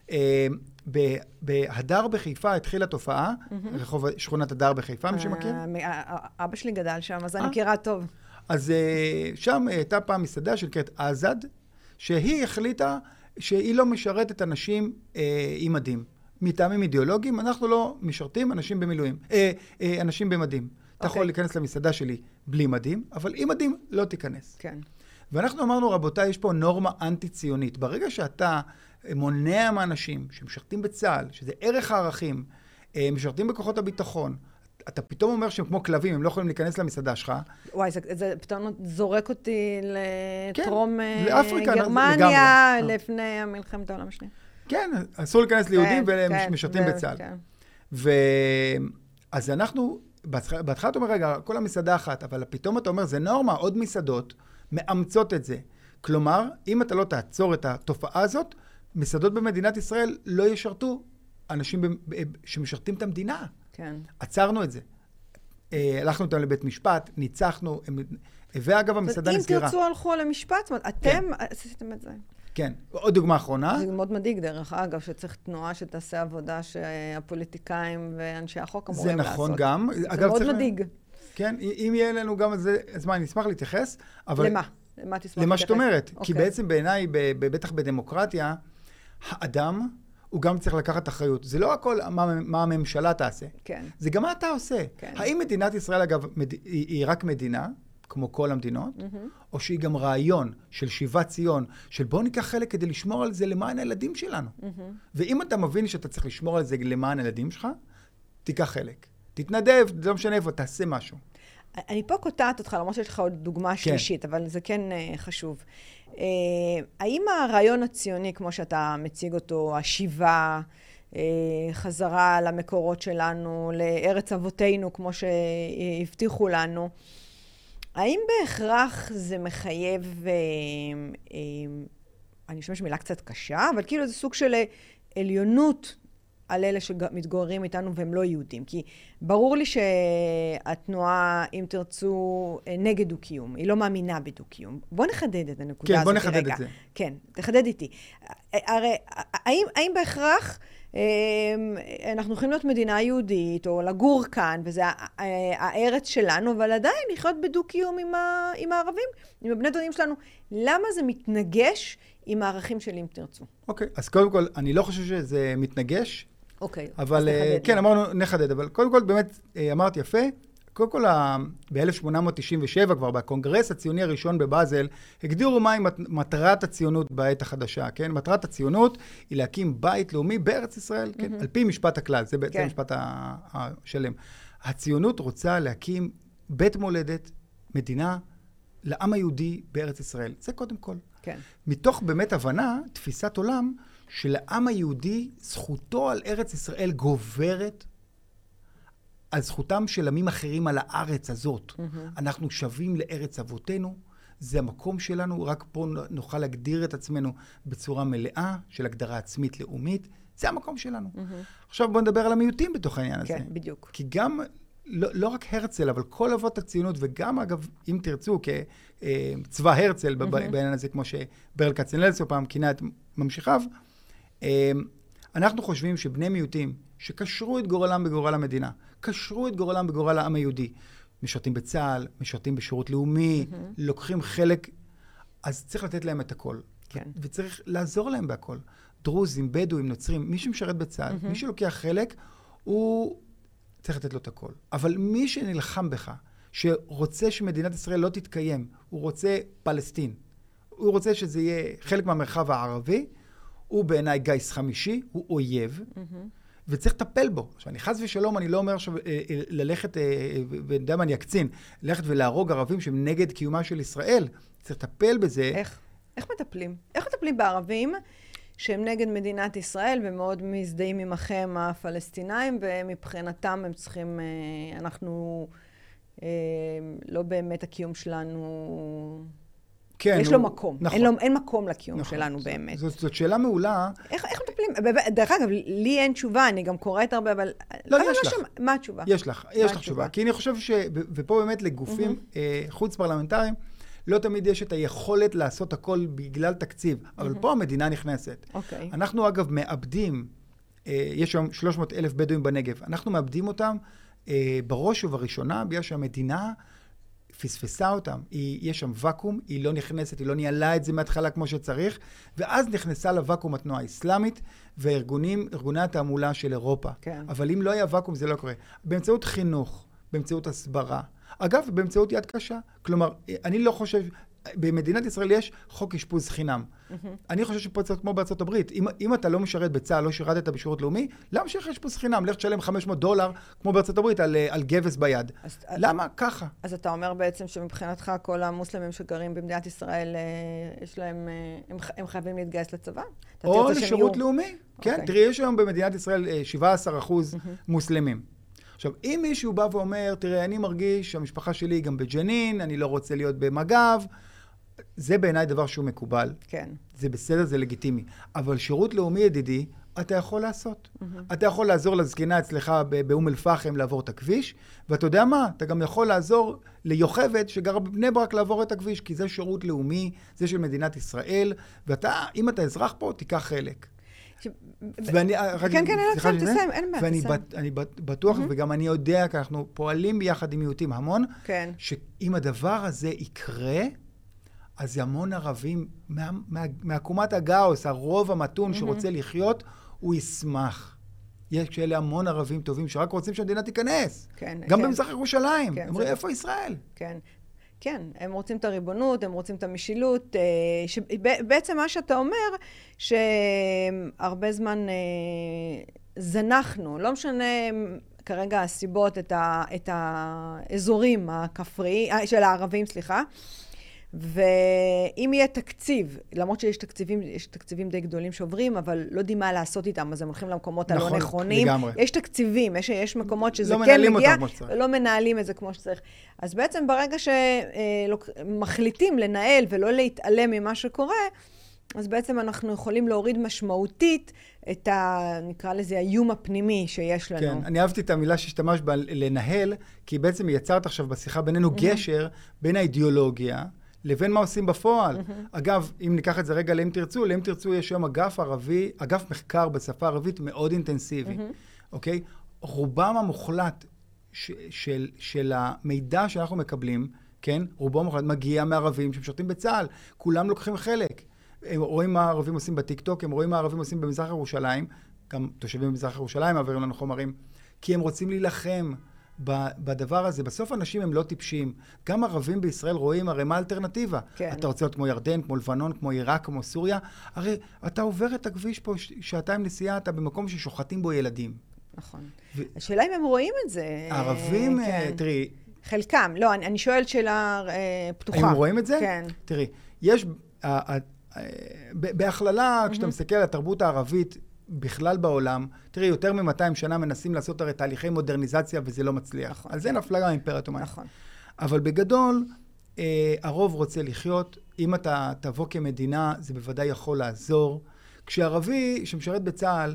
בהדר בחיפה התחילה תופעה, רחוב שכונת הדר בחיפה, מי שמכיר? אבא שלי גדל שם, אז אני מכירה טוב. אז שם הייתה פעם מסעדה שנקראת אזד, שהיא החליטה שהיא לא משרתת אנשים עם מדים. מטעמים אידיאולוגיים, אנחנו לא משרתים אנשים במילואים, אנשים במדים. אתה יכול להיכנס למסעדה שלי בלי מדים, אבל עם מדים לא תיכנס. כן. ואנחנו אמרנו, רבותיי, יש פה נורמה אנטי-ציונית. ברגע שאתה מונע מאנשים שמשרתים בצה"ל, שזה ערך הערכים, משרתים בכוחות הביטחון, אתה פתאום אומר שהם כמו כלבים, הם לא יכולים להיכנס למסעדה שלך. וואי, זה, זה פתאום זורק אותי לטרום כן, גרמניה, לפני המלחמת העולם השנייה. כן, אסור להיכנס ליהודים והם משרתים בצה"ל. אז אנחנו, בהתחלה אתה אומר, רגע, כל המסעדה אחת, אבל פתאום אתה אומר, זה נורמה, עוד מסעדות מאמצות את זה. כלומר, אם אתה לא תעצור את התופעה הזאת, מסעדות במדינת ישראל לא ישרתו אנשים שמשרתים את המדינה. כן. עצרנו את זה. הלכנו אותם לבית משפט, ניצחנו, ואגב המסעדה נסגרה. אם תרצו הלכו למשפט, זאת אומרת, אתם עשיתם את זה. כן. עוד דוגמה אחרונה. זה מאוד מדאיג דרך אגב, שצריך תנועה שתעשה עבודה שהפוליטיקאים ואנשי החוק אמורים לעשות. זה נכון גם. זה מאוד מדאיג. כן, אם יהיה לנו גם זה, אז מה, אני אשמח להתייחס. למה? למה תשמח להתייחס? למה שאת אומרת. כי בעצם בעיניי, בטח בדמוקרטיה, האדם הוא גם צריך לקחת אחריות. זה לא הכל מה, מה הממשלה תעשה. כן. זה גם מה אתה עושה. כן. האם מדינת ישראל, אגב, מד... היא, היא רק מדינה, כמו כל המדינות, mm-hmm. או שהיא גם רעיון של שיבת ציון, של בוא ניקח חלק כדי לשמור על זה למען הילדים שלנו. Mm-hmm. ואם אתה מבין שאתה צריך לשמור על זה למען הילדים שלך, תיקח חלק. תתנדב, לא משנה איפה, תעשה משהו. אני פה קוטעת אותך, למרות שיש לך עוד דוגמה שלישית, אבל זה כן uh, חשוב. Uh, האם הרעיון הציוני, כמו שאתה מציג אותו, השיבה, uh, חזרה למקורות שלנו, לארץ אבותינו, כמו שהבטיחו לנו, האם בהכרח זה מחייב, uh, uh, אני אשמש מילה קצת קשה, אבל כאילו זה סוג של עליונות, על אלה שמתגוררים איתנו והם לא יהודים. כי ברור לי שהתנועה, אם תרצו, נגד דו-קיום. היא לא מאמינה בדו-קיום. בוא נחדד את הנקודה הזאת. כן, בוא נחדד את זה. כן, תחדד איתי. הרי, האם, האם בהכרח אנחנו יכולים להיות מדינה יהודית, או לגור כאן, וזה הארץ שלנו, אבל עדיין לחיות בדו-קיום עם, ה, עם הערבים, עם הבני דודים שלנו. למה זה מתנגש עם הערכים של אם תרצו? אוקיי, אז קודם כל, אני לא חושב שזה מתנגש. אוקיי, אבל, אז נחדד. כן, אמרנו, נחדד, אבל קודם כל, באמת, אמרת יפה, קודם כל, ב-אלף שמונה מאות תשעים ושבע, כבר בקונגרס הציוני הראשון בבאזל, הגדירו מהי מטרת הציונות בעת החדשה, כן? מטרת הציונות היא להקים בית לאומי בארץ ישראל, כן? על פי משפט הכלל, זה בעצם המשפט השלם. הציונות רוצה להקים בית מולדת, מדינה, לעם היהודי בארץ ישראל. זה קודם כל. כן. מתוך באמת הבנה, תפיסת עולם, שלעם היהודי זכותו על ארץ ישראל גוברת על זכותם של עמים אחרים על הארץ הזאת. Mm-hmm. אנחנו שווים לארץ אבותינו, זה המקום שלנו, רק פה נוכל להגדיר את עצמנו בצורה מלאה של הגדרה עצמית לאומית, זה המקום שלנו. עכשיו בואו נדבר על המיעוטים בתוך העניין הזה. כן, בדיוק. כי גם, לא, לא רק הרצל, אבל כל אבות הציונות, וגם אגב, אם תרצו, כצבא הרצל, בעניין הזה, כמו שברל כצנלסון פעם כינה את ממשיכיו, אנחנו חושבים שבני מיעוטים, שקשרו את גורלם בגורל המדינה, קשרו את גורלם בגורל העם היהודי, משרתים בצה"ל, משרתים בשירות לאומי, mm-hmm. לוקחים חלק, אז צריך לתת להם את הכל. כן. ו- וצריך לעזור להם בהכל. דרוזים, בדואים, נוצרים, מי שמשרת בצה"ל, mm-hmm. מי שלוקח חלק, הוא צריך לתת לו את הכל. אבל מי שנלחם בך, שרוצה שמדינת ישראל לא תתקיים, הוא רוצה פלסטין, הוא רוצה שזה יהיה חלק מהמרחב הערבי, הוא בעיניי גיס חמישי, הוא אויב, mm-hmm. וצריך לטפל בו. עכשיו, אני חס ושלום, אני לא אומר עכשיו ללכת, ויודע מה אני אקצין, ללכת ולהרוג ערבים שהם נגד קיומה של ישראל. צריך לטפל בזה. איך? איך מטפלים? איך מטפלים בערבים שהם נגד מדינת ישראל ומאוד מזדהים עמכם הפלסטינאים, ומבחינתם הם צריכים, אנחנו, לא באמת הקיום שלנו... כן, יש הוא... לו מקום. נכון. אין, לו, אין מקום לקיום נכון. שלנו באמת. זאת, זאת שאלה מעולה. איך, איך מטפלים? דרך אגב, לי אין תשובה, אני גם קוראת הרבה, אבל... לא, אבל יש לא לך. שם, מה התשובה? יש לך, יש לך תשובה. כי אני חושב ש... ופה באמת לגופים mm-hmm. אה, חוץ פרלמנטריים, לא תמיד יש את היכולת לעשות הכל בגלל תקציב, אבל mm-hmm. פה המדינה נכנסת. אוקיי. Okay. אנחנו אגב מאבדים, אה, יש שם שלוש מאות אלף בדואים בנגב, אנחנו מאבדים אותם אה, בראש ובראשונה, בגלל שהמדינה... פספסה אותם, היא, יש שם וקום, היא לא נכנסת, היא לא ניהלה את זה מההתחלה כמו שצריך, ואז נכנסה לוואקום התנועה האסלאמית, וארגונים, ארגוני התעמולה של אירופה. כן. אבל אם לא היה וואקום זה לא קורה. באמצעות חינוך, באמצעות הסברה, אגב, באמצעות יד קשה. כלומר, אני לא חושב, במדינת ישראל יש חוק אשפוז חינם. Mm-hmm. אני חושב שפה צריך כמו בארצות הברית. אם, אם אתה לא משרת בצה"ל, לא שירתת בשירות לאומי, למה שיש אשפוז חינם? לך תשלם חמש מאות דולר, כמו בארצות הברית, על, על גבס ביד. אז, למה? אז, ככה. אז אתה אומר בעצם שמבחינתך כל המוסלמים שגרים במדינת ישראל, יש להם, הם, הם חייבים להתגייס לצבא? או לשירות לאומי. כן, okay. תראי, יש היום במדינת ישראל שבעה עשר אחוז mm-hmm. מוסלמים. עכשיו, אם מישהו בא ואומר, תראה, אני מרגיש שהמשפחה שלי היא גם בג'נין, אני לא רוצה להיות במג"ב, זה בעיניי דבר שהוא מקובל. כן. זה בסדר, זה לגיטימי. אבל שירות לאומי ידידי, אתה יכול לעשות. Mm-hmm. אתה יכול לעזור לזקנה אצלך באום אל-פחם לעבור את הכביש, ואתה יודע מה? אתה גם יכול לעזור ליוכבת שגרה בבני ברק לעבור את הכביש, כי זה שירות לאומי, זה של מדינת ישראל, ואתה, אם אתה אזרח פה, תיקח חלק. ואני, כן, כן, אין תסיים, אין בעיה, תסיים. ואני בטוח, וגם אני יודע, כי אנחנו פועלים ביחד עם מיעוטים המון, שאם הדבר הזה יקרה, אז המון ערבים, מהקומת הגאוס, הרוב המתון שרוצה לחיות, הוא ישמח. יש כאלה המון ערבים טובים שרק רוצים שהמדינה תיכנס. גם במזרח ירושלים. הם אומרים, איפה ישראל? כן. כן, הם רוצים את הריבונות, הם רוצים את המשילות, שבעצם מה שאתה אומר, שהרבה זמן זנחנו, לא משנה כרגע הסיבות, את, ה, את האזורים הכפרי, של הערבים, סליחה, ואם יהיה תקציב, למרות שיש תקציבים, יש תקציבים די גדולים שעוברים, אבל לא יודעים מה לעשות איתם, אז הם הולכים למקומות הלא נכונים. לגמרי. יש תקציבים, יש, יש מקומות שזה לא כן מגיע, לא מנהלים את זה כמו שצריך. אז בעצם ברגע שמחליטים לנהל ולא להתעלם ממה שקורה, אז בעצם אנחנו יכולים להוריד משמעותית את ה... נקרא לזה האיום הפנימי שיש לנו. כן, אני אהבתי את המילה שהשתמש בה לנהל, כי בעצם יצרת עכשיו בשיחה בינינו גשר בין האידיאולוגיה, לבין מה עושים בפועל. Mm-hmm. אגב, אם ניקח את זה רגע לאם תרצו, לאם תרצו יש היום אגף ערבי, אגף מחקר בשפה ערבית מאוד אינטנסיבי. Mm-hmm. אוקיי? רובם המוחלט ש- של, של המידע שאנחנו מקבלים, כן? רובם המוחלט מגיע מערבים שמשרתים בצה"ל. כולם לוקחים חלק. הם רואים מה הערבים עושים בטיקטוק, הם רואים מה הערבים עושים במזרח ירושלים, גם תושבים במזרח ירושלים מעבירים לנו חומרים, כי הם רוצים להילחם בדבר הזה. בסוף אנשים הם לא טיפשים. גם ערבים בישראל רואים הרי מה האלטרנטיבה. כן. אתה רוצה להיות כמו ירדן, כמו לבנון, כמו עיראק, כמו סוריה. הרי אתה עובר את הכביש פה שעתיים נסיעה, אתה במקום ששוחטים בו ילדים. נכון. ו... השאלה אם הם רואים את זה. הערבים, כן. תראי... חלקם. לא, אני, אני שואלת שאלה אה, פתוחה. הם רואים את זה? כן. תראי, יש... אה, אה, בהכללה, כשאתה מסתכל על התרבות הערבית בכלל בעולם, תראי, יותר מ-מאתיים שנה מנסים לעשות הרי תהליכי מודרניזציה וזה לא מצליח. נכון. על זה נפלה גם האימפריה העות'מאנית. נכון. אבל בגדול, אה, הרוב רוצה לחיות. אם אתה תבוא כמדינה, זה בוודאי יכול לעזור. כשערבי שמשרת בצה"ל,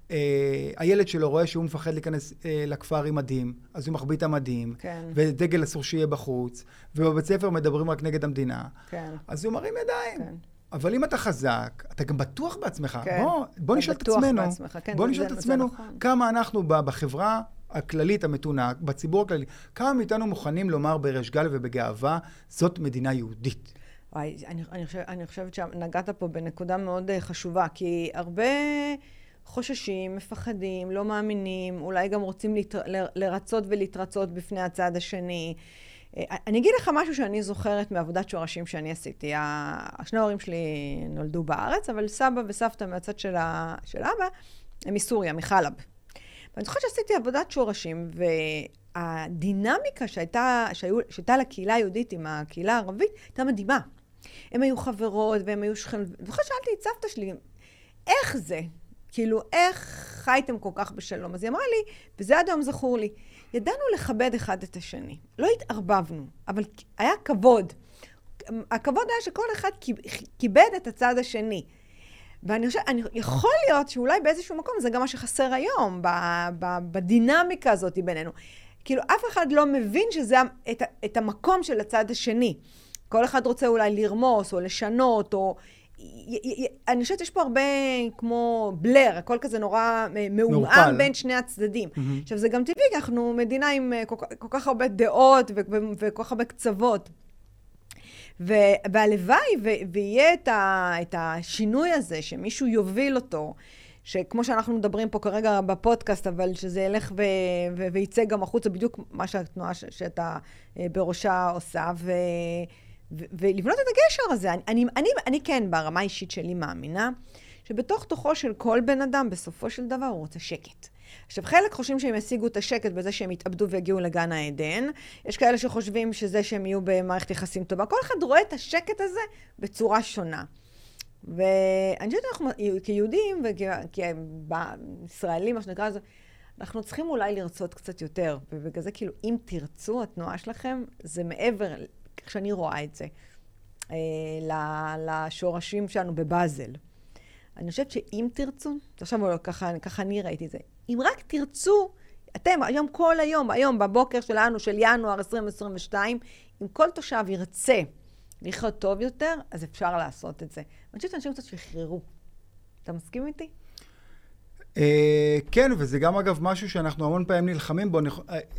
אה, הילד שלו רואה שהוא מפחד להיכנס אה, לכפר עם מדים, אז הוא מחביא את המדים, כן. ודגל אסור שיהיה בחוץ, ובבית ספר מדברים רק נגד המדינה. כן. אז הוא מרים ידיים. כן. אבל אם אתה חזק, אתה גם בטוח בעצמך. כן. בוא, בוא נשאל את עצמנו, כן, בוא זה, נשאל זה, את עצמנו נכון. כמה אנחנו בחברה הכללית המתונה, בציבור הכללי, כמה מאיתנו מוכנים לומר בריש גלי ובגאווה, זאת מדינה יהודית. וואי, אני, אני, חושב, אני חושבת שנגעת פה בנקודה מאוד חשובה, כי הרבה חוששים, מפחדים, לא מאמינים, אולי גם רוצים להתר... לרצות ולהתרצות בפני הצד השני. אני אגיד לך משהו שאני זוכרת מעבודת שורשים שאני עשיתי. השני ההורים שלי נולדו בארץ, אבל סבא וסבתא מהצד של, ה... של אבא הם מסוריה, מחלב. ואני זוכרת שעשיתי עבודת שורשים, והדינמיקה שהייתה, שהיו, שהייתה לקהילה היהודית עם הקהילה הערבית, הייתה מדהימה. הם היו חברות והם היו שכנות. ואחרי שאלתי את סבתא שלי, איך זה? כאילו, איך חייתם כל כך בשלום? אז היא אמרה לי, וזה עד היום זכור לי, ידענו לכבד אחד את השני. לא התערבבנו, אבל היה כבוד. הכבוד היה שכל אחד כיבד את הצד השני. ואני חושבת, אני, יכול להיות שאולי באיזשהו מקום זה גם מה שחסר היום, ב, ב, בדינמיקה הזאת בינינו. כאילו, אף אחד לא מבין שזה את, את המקום של הצד השני. כל אחד רוצה אולי לרמוס או לשנות, או... אני חושבת שיש פה הרבה כמו בלר, הכל כזה נורא מעומעם בין שני הצדדים. Mm-hmm. עכשיו, זה גם טבעי, כי אנחנו מדינה עם כל, כל כך הרבה דעות ו, ו, וכל כך הרבה קצוות. והלוואי ויהיה את, ה, את השינוי הזה, שמישהו יוביל אותו, שכמו שאנחנו מדברים פה כרגע בפודקאסט, אבל שזה ילך ו, ו, וייצא גם החוצה, בדיוק מה שהתנועה ש, שאתה בראשה עושה, ו, ו, ולבנות את הגשר הזה. אני, אני, אני, אני כן, ברמה האישית שלי מאמינה, שבתוך תוכו של כל בן אדם, בסופו של דבר, הוא רוצה שקט. עכשיו, חלק חושבים שהם ישיגו את השקט בזה שהם יתאבדו והגיעו לגן העדן. יש כאלה שחושבים שזה שהם יהיו במערכת יחסים טובה. כל אחד רואה את השקט הזה בצורה שונה. ואני חושבת שאנחנו כיהודים ובישראלים, מה שנקרא לזה, אנחנו צריכים אולי לרצות קצת יותר. ובגלל זה, כאילו, אם תרצו, התנועה שלכם, זה מעבר, כשאני רואה את זה, לשורשים שלנו בבאזל. אני חושבת שאם תרצו, עכשיו ככה, ככה אני ראיתי את זה, אם רק תרצו, אתם היום כל היום, היום בבוקר שלנו, של ינואר עשרים עשרים ושתיים, אם כל תושב ירצה לחיות טוב יותר, אז אפשר לעשות את זה. אני חושבת שאנשים קצת שחררו. אתה מסכים איתי? כן, וזה גם אגב משהו שאנחנו המון פעמים נלחמים בו.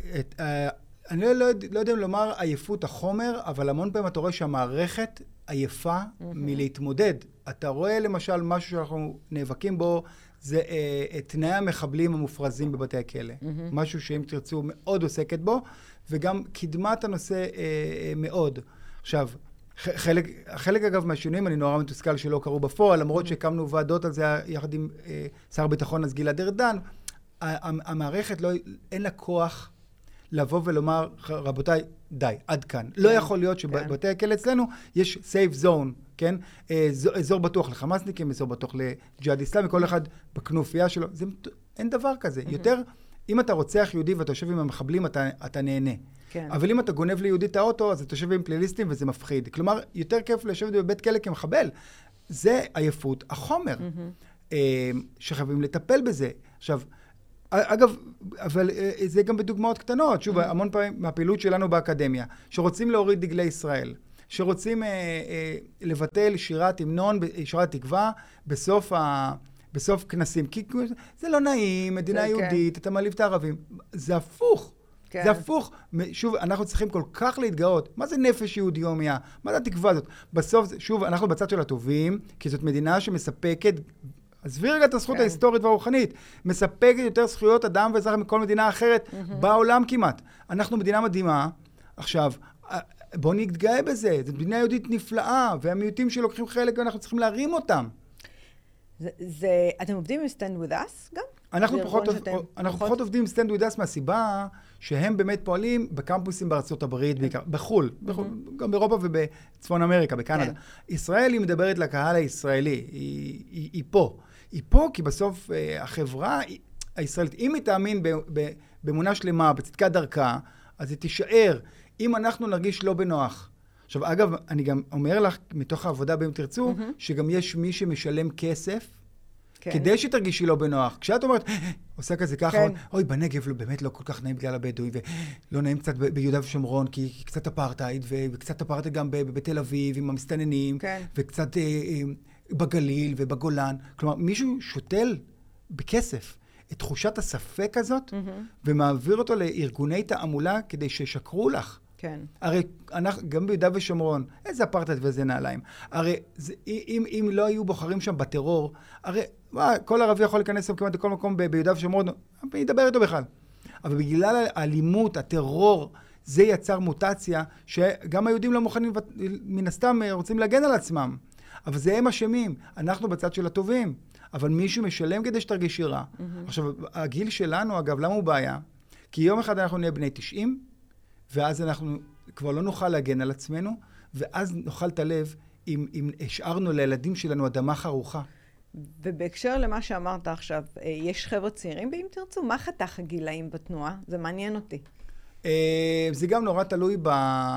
אני לא יודע אם לומר עייפות החומר, אבל המון פעמים אתה רואה שהמערכת עייפה מלהתמודד. אתה רואה למשל משהו שאנחנו נאבקים בו, זה uh, תנאי המחבלים המופרזים בבתי הכלא. Mm-hmm. משהו שאם תרצו מאוד עוסקת בו, וגם קדמת הנושא uh, uh, מאוד. עכשיו, ח- חלק, חלק אגב מהשינויים, אני נורא מתוסכל שלא קרו בפועל, למרות mm-hmm. שהקמנו ועדות על זה יחד עם uh, שר ביטחון אז גלעד ארדן, המערכת לא, אין לה כוח לבוא ולומר, רבותיי, די, עד כאן. כן. לא יכול להיות שבבתי כן. הכלא אצלנו יש safe zone, כן? אזור, אזור בטוח לחמאסניקים, אזור בטוח לג'יהאד איסלאמי, כל אחד בכנופיה שלו. זה, אין דבר כזה. Mm-hmm. יותר, אם אתה רוצח יהודי ואתה יושב עם המחבלים, אתה, אתה נהנה. כן. אבל אם אתה גונב ליהודי את האוטו, אז אתה יושב עם פלייליסטים וזה מפחיד. כלומר, יותר כיף לשבת בבית כלא כמחבל. זה עייפות החומר, mm-hmm. שחייבים לטפל בזה. עכשיו, אגב, אבל זה גם בדוגמאות קטנות. שוב, המון פעמים מהפעילות שלנו באקדמיה, שרוצים להוריד דגלי ישראל, שרוצים אה, אה, לבטל שירת המנון, שירת תקווה, בסוף, ה, בסוף כנסים. כי זה לא נעים, מדינה יהודית, כן. אתה מעליב את הערבים. זה הפוך. כן. זה הפוך. שוב, אנחנו צריכים כל כך להתגאות. מה זה נפש יהודי הומיה? מה זה התקווה הזאת? בסוף, שוב, אנחנו בצד של הטובים, כי זאת מדינה שמספקת... עזבי רגע את הזכות כן. ההיסטורית והרוחנית, מספקת יותר זכויות אדם ואזרח מכל מדינה אחרת mm-hmm. בעולם כמעט. אנחנו מדינה מדהימה. עכשיו, בואו נתגאה בזה. זו מדינה יהודית נפלאה, והמיעוטים שלוקחים חלק, ואנחנו צריכים להרים אותם. זה, זה, אתם עובדים עם Stand With Us גם? אנחנו פחות, שאתם, אנחנו פחות עובדים עם Stand With Us מהסיבה שהם באמת פועלים בקמפוסים בארצות הברית, כן. בעיקר, בחול, mm-hmm. בחול, גם באירופה ובצפון אמריקה, בקנדה. כן. ישראל היא מדברת לקהל הישראלי, היא, היא, היא פה. היא פה כי בסוף uh, החברה הישראלית, אם היא תאמין באמונה שלמה, בצדקת דרכה, אז היא תישאר. אם אנחנו נרגיש לא בנוח. עכשיו, אגב, אני גם אומר לך, מתוך העבודה בהם תרצו, mm-hmm. שגם יש מי שמשלם כסף כן. כדי שתרגישי לא בנוח. כשאת אומרת, עושה כזה ככה, כן. אוי, בנגב לא, באמת לא כל כך נעים בגלל הבדואי, ולא נעים קצת ב- ביהודה ושומרון, כי כי קצת אפרטהייד, ו- וקצת אפרטהייד גם ב- ב- בתל אביב, עם המסתננים, כן. וקצת אה, אה, בגליל ובגולן. כלומר, מישהו שותל בכסף את תחושת הספק הזאת, ומעביר אותו לארגוני תעמולה כדי שישקרו לך. כן. הרי אנחנו, גם ביהודה ושומרון, איזה אפרטהייד ואיזה נעליים. הרי זה, אם, אם לא היו בוחרים שם בטרור, הרי מה, כל ערבי יכול להיכנס שם כמעט לכל מקום ב- ביהודה ושומרון, מי ידבר איתו בכלל. אבל בגלל האלימות, הטרור, זה יצר מוטציה, שגם היהודים לא מוכנים, מן הסתם רוצים להגן על עצמם. אבל זה הם אשמים, אנחנו בצד של הטובים. אבל מישהו משלם כדי שתרגישי רע. Mm-hmm. עכשיו, הגיל שלנו, אגב, למה הוא בעיה? כי יום אחד אנחנו נהיה בני תשעים, ואז אנחנו כבר לא נוכל להגן על עצמנו, ואז נאכל את הלב אם, אם השארנו לילדים שלנו אדמה חרוכה. ובהקשר למה שאמרת עכשיו, יש חבר'ה צעירים, ואם תרצו, מה חתך הגילאים בתנועה? זה מעניין אותי. זה גם נורא תלוי ב...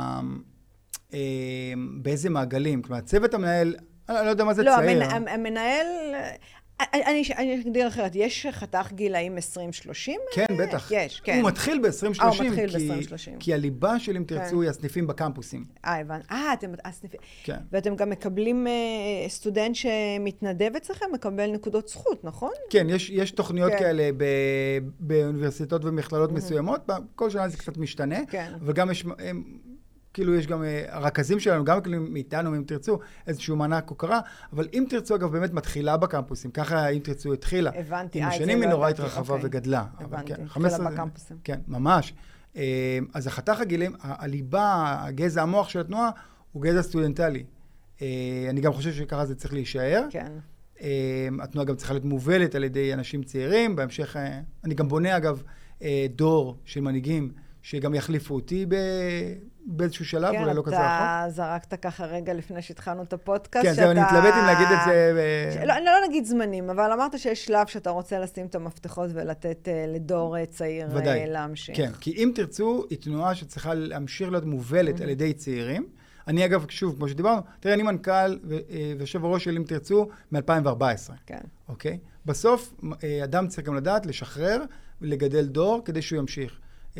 באיזה מעגלים. כלומר, צוות המנהל, אני לא יודע מה זה לא, צעיר. לא, המנ... המנהל... אני, אני אגדיר אחרת, יש חתך גילאים עשרים שלושים? כן, בטח. יש, כן. הוא מתחיל ב-עשרים שלושים. אה, הוא מתחיל כי, ב-עשרים שלושים. כי הליבה של אם תרצו כן. היא הסניפים בקמפוסים. אה, הבנתי. אה, אתם הסניפים. כן. ואתם גם מקבלים, אה, סטודנט שמתנדב אצלכם, מקבל נקודות זכות, נכון? כן, יש, יש תוכניות כן. כאלה ב, באוניברסיטאות ומכללות מסוימות, כל שנה זה קצת משתנה, כן. אבל גם יש... הם, כאילו יש גם, הרכזים שלנו, גם מאיתנו, אם תרצו, איזשהו מענק הוקרה, אבל אם תרצו, אגב, באמת מתחילה בקמפוסים, ככה אם תרצו התחילה. הבנתי, עם אה, השנים היא לא נורא הבנתי, התרחבה אוקיי. וגדלה. הבנתי, כן, התחילה חמש עשרה בקמפוסים. כן, ממש. אז החתך הגילים, הליבה, הגזע המוח של התנועה, הוא גזע סטודנטלי. אני גם חושב שככה זה צריך להישאר. כן. התנועה גם צריכה להיות מובלת על ידי אנשים צעירים. בהמשך, אני גם בונה, אגב, דור של מנהיגים, שגם יחליפו אותי ב... באיזשהו שלב, כן, אולי לא כזה רחוק. כן, אתה זרקת ככה רגע לפני שהתחלנו את הפודקאסט. כן, זהו, אני מתלבט אם להגיד את זה... ש... לא, אני לא נגיד זמנים, אבל אמרת שיש שלב שאתה רוצה לשים את המפתחות ולתת uh, לדור uh, צעיר uh, להמשיך. כן, כי אם תרצו, היא תנועה שצריכה להמשיך להיות מובלת על ידי צעירים. אני אגב, שוב, כמו שדיברנו, תראה, אני מנכ"ל ויושב ראש של אם תרצו מ-אלפיים וארבע עשרה. כן. אוקיי? בסוף, אדם צריך גם לדעת לשחרר ולגדל דור כדי שהוא ימשיך.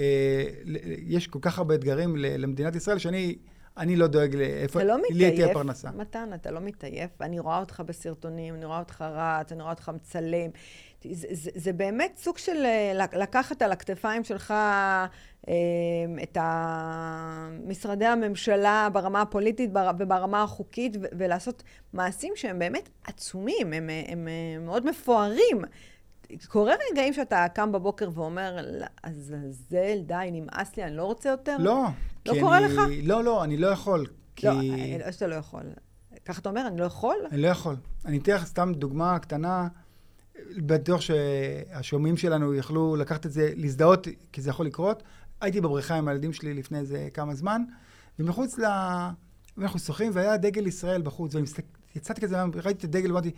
יש כל כך הרבה אתגרים למדינת ישראל, שאני אני לא דואג לאיפה לי תהיה פרנסה. מתן, אתה לא מתעייף. אני רואה אותך בסרטונים, אני רואה אותך רץ, אני רואה אותך מצלם. זה, זה, זה באמת סוג של לקחת על הכתפיים שלך את משרדי הממשלה ברמה הפוליטית וברמה החוקית, ולעשות מעשים שהם באמת עצומים, הם, הם מאוד מפוארים. קורה רגעים שאתה קם בבוקר ואומר, אז זה, די, נמאס לי, אני לא רוצה יותר? לא. לא קורה אני, לך? לא, לא, אני לא יכול. כי... לא, לא שאתה לא יכול. ככה אתה אומר, אני לא יכול? אני לא יכול. אני אתן לך סתם דוגמה קטנה, בטוח שהשומעים שלנו יכלו לקחת את זה, להזדהות, כי זה יכול לקרות. הייתי בבריכה עם הילדים שלי לפני איזה כמה זמן, ומחוץ ל... ואנחנו שוחים, והיה דגל ישראל בחוץ, ויצאתי כזה, ראיתי את הדגל, ואמרתי,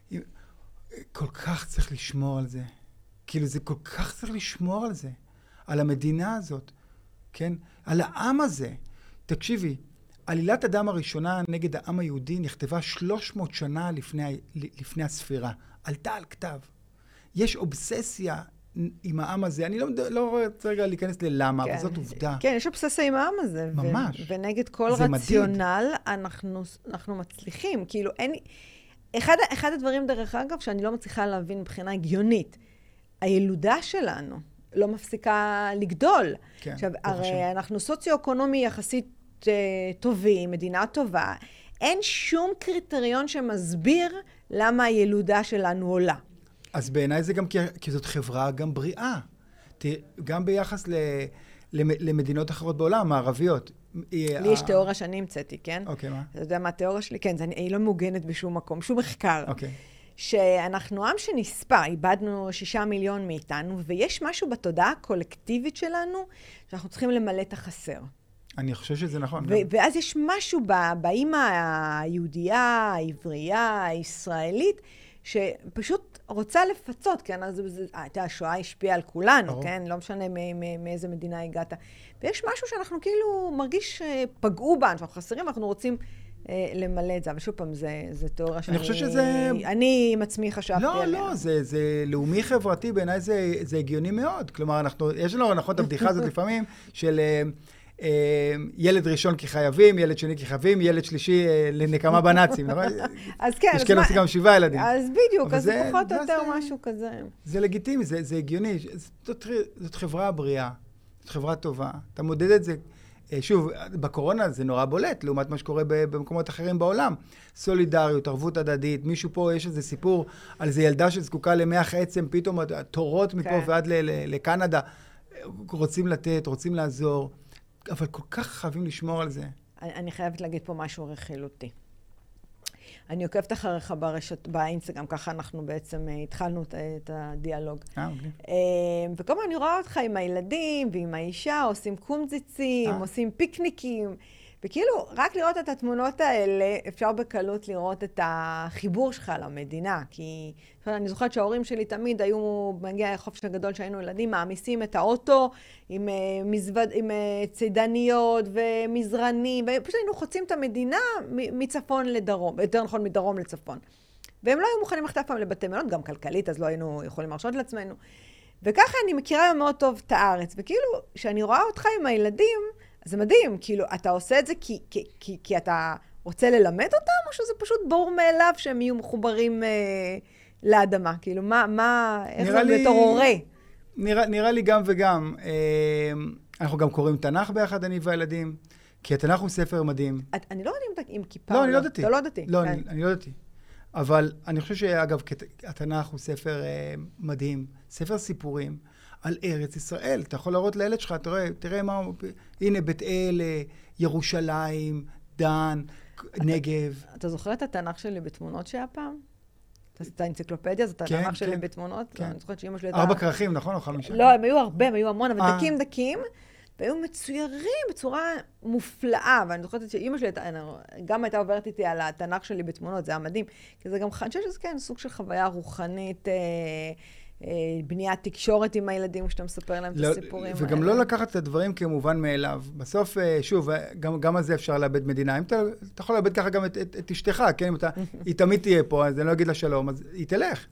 כל כך צריך לשמור על זה. כאילו, זה כל כך צריך לשמור על זה. על המדינה הזאת, כן? על העם הזה. תקשיבי, עלילת הדם הראשונה נגד העם היהודי נכתבה שלוש מאות שנה לפני, לפני הספירה. עלתה על כתב. יש אובססיה עם העם הזה. אני לא, לא רוצה רגע להיכנס ללמה, כן, אבל זאת עובדה. כן, יש אובססיה עם העם הזה. ממש. ו- ונגד כל רציונל אנחנו, אנחנו מצליחים. כאילו, אין... אחד, אחד הדברים, דרך אגב, שאני לא מצליחה להבין מבחינה הגיונית, הילודה שלנו לא מפסיקה לגדול. כן, עכשיו, הרי אנחנו סוציו-אקונומי יחסית uh, טובים, מדינה טובה. אין שום קריטריון שמסביר למה הילודה שלנו עולה. אז בעיניי זה גם כי, כי זאת חברה גם בריאה. גם ביחס ל, למדינות אחרות בעולם, מערביות. לי יש תיאוריה שאני המצאתי, כן? אוקיי, מה? אתה יודע מה התיאוריה שלי? כן, היא לא מעוגנת בשום מקום, שום מחקר. אוקיי. שאנחנו עם שנספר, איבדנו שישה מיליון מאיתנו, ויש משהו בתודעה הקולקטיבית שלנו, שאנחנו צריכים למלא את החסר. אני חושב שזה נכון. ו- ואז יש משהו באמא היהודייה, העברייה, הישראלית, שפשוט רוצה לפצות, כן? אז השואה השפיעה על כולנו, כן? לא משנה מאיזה מדינה הגעת. ויש משהו שאנחנו כאילו מרגיש פגעו בנו, שאנחנו חסרים, אנחנו רוצים למלא את זה. אבל שוב פעם, זה תיאוריה שאני... אני חושב שזה... אני עם עצמי חשבתי עליה. לא, לא, זה לאומי חברתי, בעיניי זה הגיוני מאוד. כלומר, יש לנו, נכון, את הבדיחה הזאת לפעמים, של ילד ראשון כי חייבים, ילד שני כי חייבים, ילד שלישי לנקמה בנאצים. אז כן. יש כאן עושים גם שבעה ילדים. אז בדיוק, אז זה פחות או יותר משהו כזה. זה לגיטימי, זה הגיוני. זאת חברה בריאה, זאת חברה טובה. אתה מודד את זה. שוב, בקורונה זה נורא בולט, לעומת מה שקורה במקומות אחרים בעולם. סולידריות, ערבות הדדית, מישהו פה, יש איזה סיפור על איזה ילדה שזקוקה למח עצם, פתאום תורות מפה ועד לקנדה, רוצים לתת, רוצים לעזור, אבל כל כך חייבים לשמור על זה. אני חייבת להגיד פה משהו רכילותי. אני עוקבת אחריך ברשת, באינסטגרם, ככה אנחנו בעצם התחלנו את הדיאלוג. אה, אוקיי. וכל הזמן אני רואה אותך עם הילדים ועם האישה, עושים קומזיצים, עושים פיקניקים, וכאילו, רק לראות את התמונות האלה, אפשר בקלות לראות את החיבור שלך למדינה, כי אני זוכרת שההורים שלי תמיד היו, מגיע החופש הגדול שהיינו ילדים, מעמיסים את האוטו עם, מזווד, עם צידניות ומזרנים, ופשוט היינו חוצים את המדינה מצפון לדרום, יותר נכון מדרום לצפון. והם לא היו מוכנים לחטוף פעם לבתי מלון, גם כלכלית, אז לא היינו יכולים להרשות לעצמנו. וככה אני מכירה מאוד טוב את הארץ, וכאילו, כשאני רואה אותך עם הילדים, אז זה מדהים, כאילו, אתה עושה את זה כי, כי, כי, כי אתה רוצה ללמד אותם, או שזה פשוט ברור מאליו שהם יהיו מחוברים אה, לאדמה? כאילו, מה, מה, איך זה לי, בתור הורה? נראה, נראה לי גם וגם. אה, אנחנו גם קוראים תנ"ך ביחד, אני והילדים, כי התנ"ך הוא ספר מדהים. את, אני לא יודעת אם כיפה... לא, אני לא דתי. אתה לא דתי. לא, כן. אני, אני לא דתי. אבל אני חושב שאגב, התנ"ך הוא ספר אה, מדהים, ספר סיפורים. על ארץ ישראל. אתה יכול להראות לילד שלך, תראה, תראה מה, הנה בית אל, ירושלים, דן, נגב. אתה זוכר את התנ"ך שלי בתמונות שהיה פעם? את האנציקלופדיה, זאת התנ"ך שלי בתמונות? כן. אני זוכרת שאמא שלי... ארבע כרכים, נכון? או חמישה? לא, הם היו הרבה, הם היו המון, אבל דקים דקים, והיו מצוירים בצורה מופלאה, ואני זוכרת שאמא שלי גם הייתה עוברת איתי על התנ"ך שלי בתמונות, זה היה מדהים, כי זה גם, אני חושבת שזה כן, סוג של חוויה רוחנית, בניית תקשורת עם הילדים, כשאתה מספר להם את הסיפורים האלה. וגם לא לקחת את הדברים כמובן מאליו. בסוף, שוב, גם על זה אפשר לאבד מדינה. אם אתה יכול לאבד ככה גם את אשתך, כן? אם היא תמיד תהיה פה, אז אני לא אגיד לה שלום, אז היא תלך.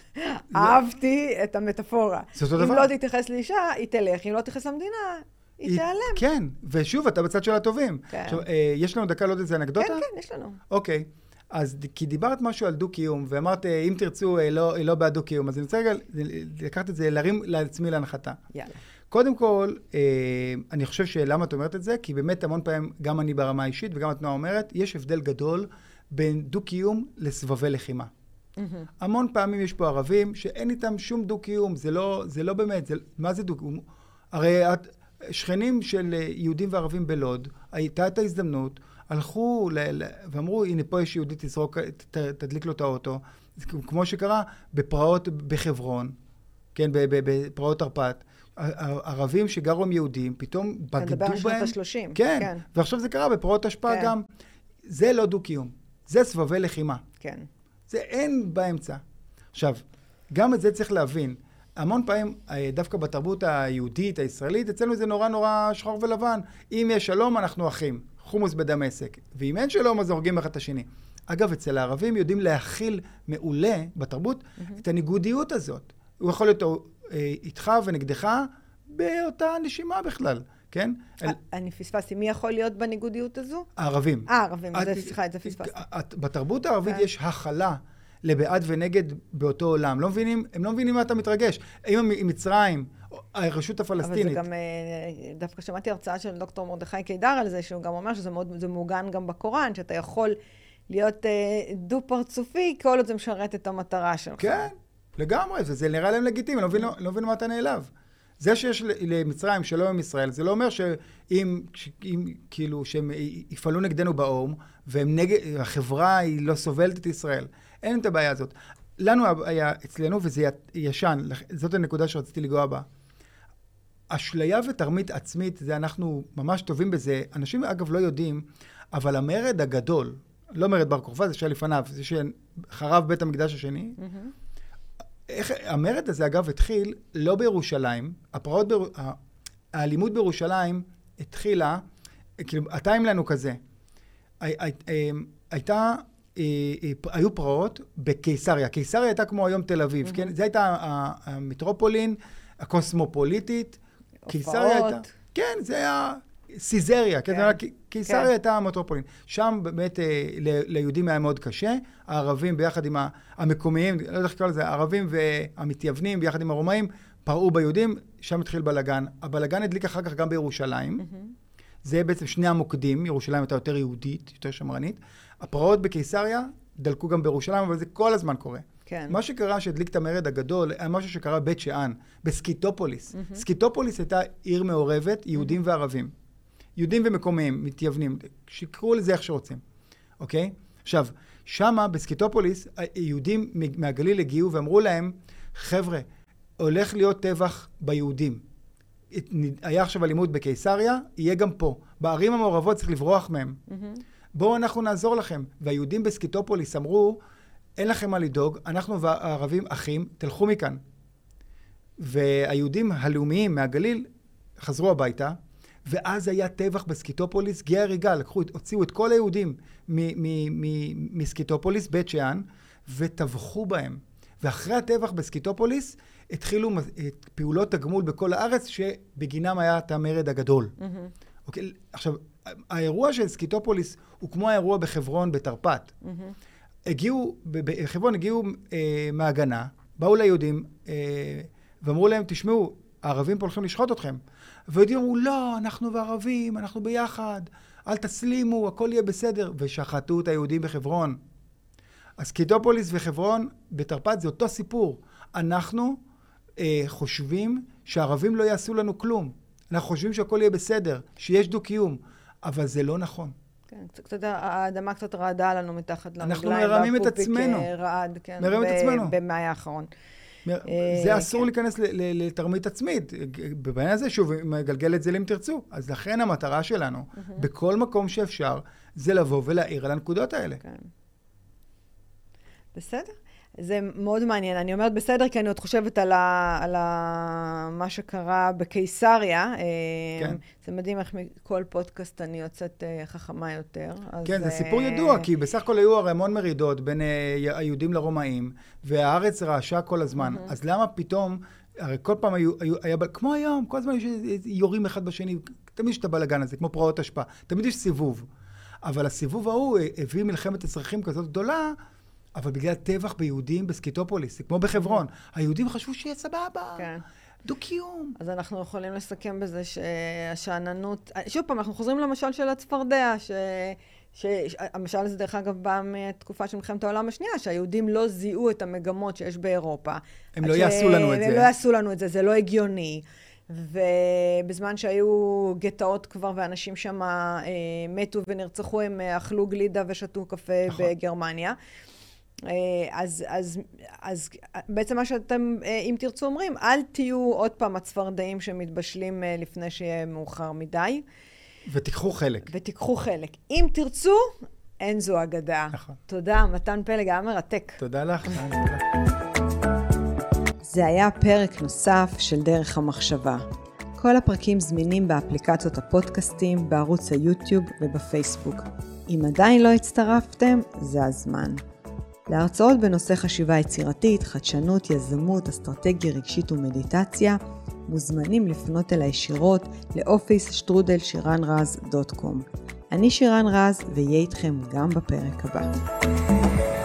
אהבתי את המטאפורה. זה אותו דבר. אם לא תתייחס לאישה, היא תלך. אם לא תתייחס למדינה, היא תיעלם. כן, ושוב, אתה בצד של הטובים. יש לנו דקה, לא יודעת איזה אנקדוטה? כן, כן, יש לנו. אוקיי. אז כי דיברת משהו על דו-קיום, ואמרת, אם תרצו, לא, לא בעד דו-קיום, אז אני רוצה רגע לקחת את זה, להרים לעצמי להנחתה. יאללה. קודם כל, אני חושב שלמה את אומרת את זה, כי באמת המון פעמים, גם אני ברמה האישית וגם התנועה אומרת, יש הבדל גדול בין דו-קיום לסבבי לחימה. Mm-hmm. המון פעמים יש פה ערבים שאין איתם שום דו-קיום, זה לא, זה לא באמת, זה, מה זה דו-קיום? הרי שכנים של יהודים וערבים בלוד, הייתה את ההזדמנות, הלכו ל- ואמרו, הנה פה יש יהודי, תזרוק, ת- תדליק לו את האוטו. כמו שקרה בפרעות בחברון, כן, בפרעות תרפ"ט. ערבים שגרו עם יהודים, פתאום בגדו בהם. אתה מדבר על שנות ה-שלושים. כן, כן, ועכשיו זה קרה בפרעות תשפ"א כן. גם. זה לא דו-קיום, זה סבבי לחימה. כן. זה אין באמצע. עכשיו, גם את זה צריך להבין. המון פעמים, דווקא בתרבות היהודית, הישראלית, אצלנו זה נורא נורא שחור ולבן. אם יש שלום, אנחנו אחים. חומוס בדמשק. ואם אין שלום, אז הורגים אחד את השני. אגב, אצל הערבים יודעים להכיל מעולה בתרבות mm-hmm. את הניגודיות הזאת. הוא יכול להיות אה, איתך ונגדך באותה נשימה בכלל, כן? אני פספסתי. מי יכול להיות בניגודיות הזו? הערבים. אה, הערבים. זה סליחה, את זה פספסתי. בתרבות הערבית יש הכלה לבעד ונגד באותו עולם. לא מבינים, הם לא מבינים מה אתה מתרגש. אם מצרים, הרשות הפלסטינית. אבל זה גם, דווקא שמעתי הרצאה של דוקטור מרדכי קידר על זה, שהוא גם אומר שזה מאוד, זה מעוגן גם בקוראן, שאתה יכול להיות דו-פרצופי, כל עוד זה משרת את המטרה שלך. כן, לגמרי, וזה נראה להם לגיטימי, לא מבין מה אתה נעלב. זה שיש למצרים שלום עם ישראל, זה לא אומר שאם, כאילו, שהם יפעלו נגדנו באום, והחברה היא לא סובלת את ישראל. אין את הבעיה הזאת. לנו היה אצלנו, וזה ישן, זאת הנקודה שרציתי לגוע בה. אשליה ותרמית עצמית, זה אנחנו ממש טובים בזה. אנשים אגב לא יודעים, אבל המרד הגדול, לא מרד בר כוכבא, זה שהיה לפניו, זה שחרב בית המקדש השני. Mm-hmm. איך, המרד הזה אגב התחיל לא בירושלים, הפרעות, בר, האלימות בירושלים התחילה, כאילו, הטיימליין הוא כזה. הייתה, היו פרעות בקיסריה. קיסריה הייתה כמו היום תל אביב, כן? זו הייתה המטרופולין הקוסמופוליטית. קיסריה הייתה... כן, זה היה סיזריה, כן? קיסריה הייתה המטרופולין. שם באמת ליהודים היה מאוד קשה. הערבים ביחד עם המקומיים, לא יודע איך לקרוא לזה, הערבים והמתייוונים ביחד עם הרומאים, פרעו ביהודים, שם התחיל בלגן. הבלגן הדליק אחר כך גם בירושלים. זה בעצם שני המוקדים, ירושלים הייתה יותר יהודית, יותר שמרנית. הפרעות בקיסריה דלקו גם בירושלים, אבל זה כל הזמן קורה. כן. מה שקרה שהדליק את המרד הגדול, היה משהו שקרה בבית שאן, בסקיטופוליס. Mm-hmm. סקיטופוליס הייתה עיר מעורבת, יהודים mm-hmm. וערבים. יהודים ומקומיים, מתייוונים, שיקראו לזה איך שרוצים. אוקיי? עכשיו, שמה, בסקיטופוליס, יהודים מהגליל הגיעו ואמרו להם, חבר'ה, הולך להיות טבח ביהודים. היה עכשיו אלימות בקיסריה, יהיה גם פה. בערים המעורבות צריך לברוח מהם. Mm-hmm. בואו אנחנו נעזור לכם. והיהודים בסקיטופוליס אמרו, אין לכם מה לדאוג, אנחנו והערבים אחים, תלכו מכאן. והיהודים הלאומיים מהגליל חזרו הביתה, ואז היה טבח בסקיטופוליס, גיא הריגה, לקחו, הוציאו את כל היהודים מסקיטופוליס, בית שאן, וטבחו בהם. ואחרי הטבח בסקיטופוליס, התחילו את פעולות הגמול בכל הארץ, שבגינם היה את המרד הגדול. Mm-hmm. אוקיי, עכשיו, האירוע של סקיטופוליס הוא כמו האירוע בחברון בתרפ"ט. Mm-hmm. הגיעו, בחברון הגיעו אה, מהגנה, באו ליהודים אה, ואמרו להם, תשמעו, הערבים פה הולכים לשחוט אתכם. והיהודים אמרו, לא, אנחנו וערבים, אנחנו ביחד, אל תסלימו, הכל יהיה בסדר. ושחטו את היהודים בחברון. הסקיטופוליס וחברון בתרפ"ט זה אותו סיפור. אנחנו אה, חושבים שהערבים לא יעשו לנו כלום. אנחנו חושבים שהכל יהיה בסדר, שיש דו-קיום, אבל זה לא נכון. כן, קצת, האדמה קצת רעדה לנו מתחת לרגליים. אנחנו מרמים את עצמנו. רעד, כן. מרמים את עצמנו. במאי האחרון. זה אסור להיכנס לתרמית עצמית. בעניין הזה, שוב, מגלגל את זה אם תרצו. אז לכן המטרה שלנו, בכל מקום שאפשר, זה לבוא ולהעיר על הנקודות האלה. כן. בסדר. זה מאוד מעניין. אני אומרת בסדר, כי אני עוד חושבת על, ה, על ה, מה שקרה בקיסריה. כן. זה מדהים איך מכל פודקאסט אני יוצאת חכמה יותר. כן, זה סיפור ידוע, כי בסך הכל היו הרי המון מרידות בין היהודים לרומאים, והארץ רעשה כל הזמן. Mm-hmm. אז למה פתאום, הרי כל פעם היו, היו, היה, כמו היום, כל הזמן יורים אחד בשני, תמיד יש את הבלגן הזה, כמו פרעות השפעה, תמיד יש סיבוב. אבל הסיבוב ההוא הביא מלחמת אזרחים כזאת גדולה, אבל בגלל טבח ביהודים בסקיטופוליס, כמו בחברון, היהודים חשבו שיהיה סבבה, כן. דו-קיום. אז אנחנו יכולים לסכם בזה שהשעננות, שוב פעם, אנחנו חוזרים למשל של הצפרדע, ש... שהמשל הזה דרך אגב בא מתקופה של מלחמת העולם השנייה, שהיהודים לא זיהו את המגמות שיש באירופה. הם לא יעשו לנו את זה. הם לא יעשו לנו את זה, זה לא הגיוני. ובזמן שהיו גטאות כבר ואנשים שם אה, מתו ונרצחו, הם אכלו גלידה ושתו קפה נכון. בגרמניה. אז, אז, אז בעצם מה שאתם, אם תרצו אומרים, אל תהיו עוד פעם הצפרדעים שמתבשלים לפני שיהיה מאוחר מדי. ותיקחו חלק. ותיקחו חלק. אם תרצו, אין זו אגדה. נכון. תודה, מתן פלג, היה מרתק. תודה לך. זה היה פרק נוסף של דרך המחשבה. כל הפרקים זמינים באפליקציות הפודקאסטים, בערוץ היוטיוב ובפייסבוק. אם עדיין לא הצטרפתם, זה הזמן. להרצאות בנושא חשיבה יצירתית, חדשנות, יזמות, אסטרטגיה רגשית ומדיטציה, מוזמנים לפנות אליי ישירות לאופיס שטרודל שירן רז דוט קום. אני שירן רז, ויהיה איתכם גם בפרק הבא.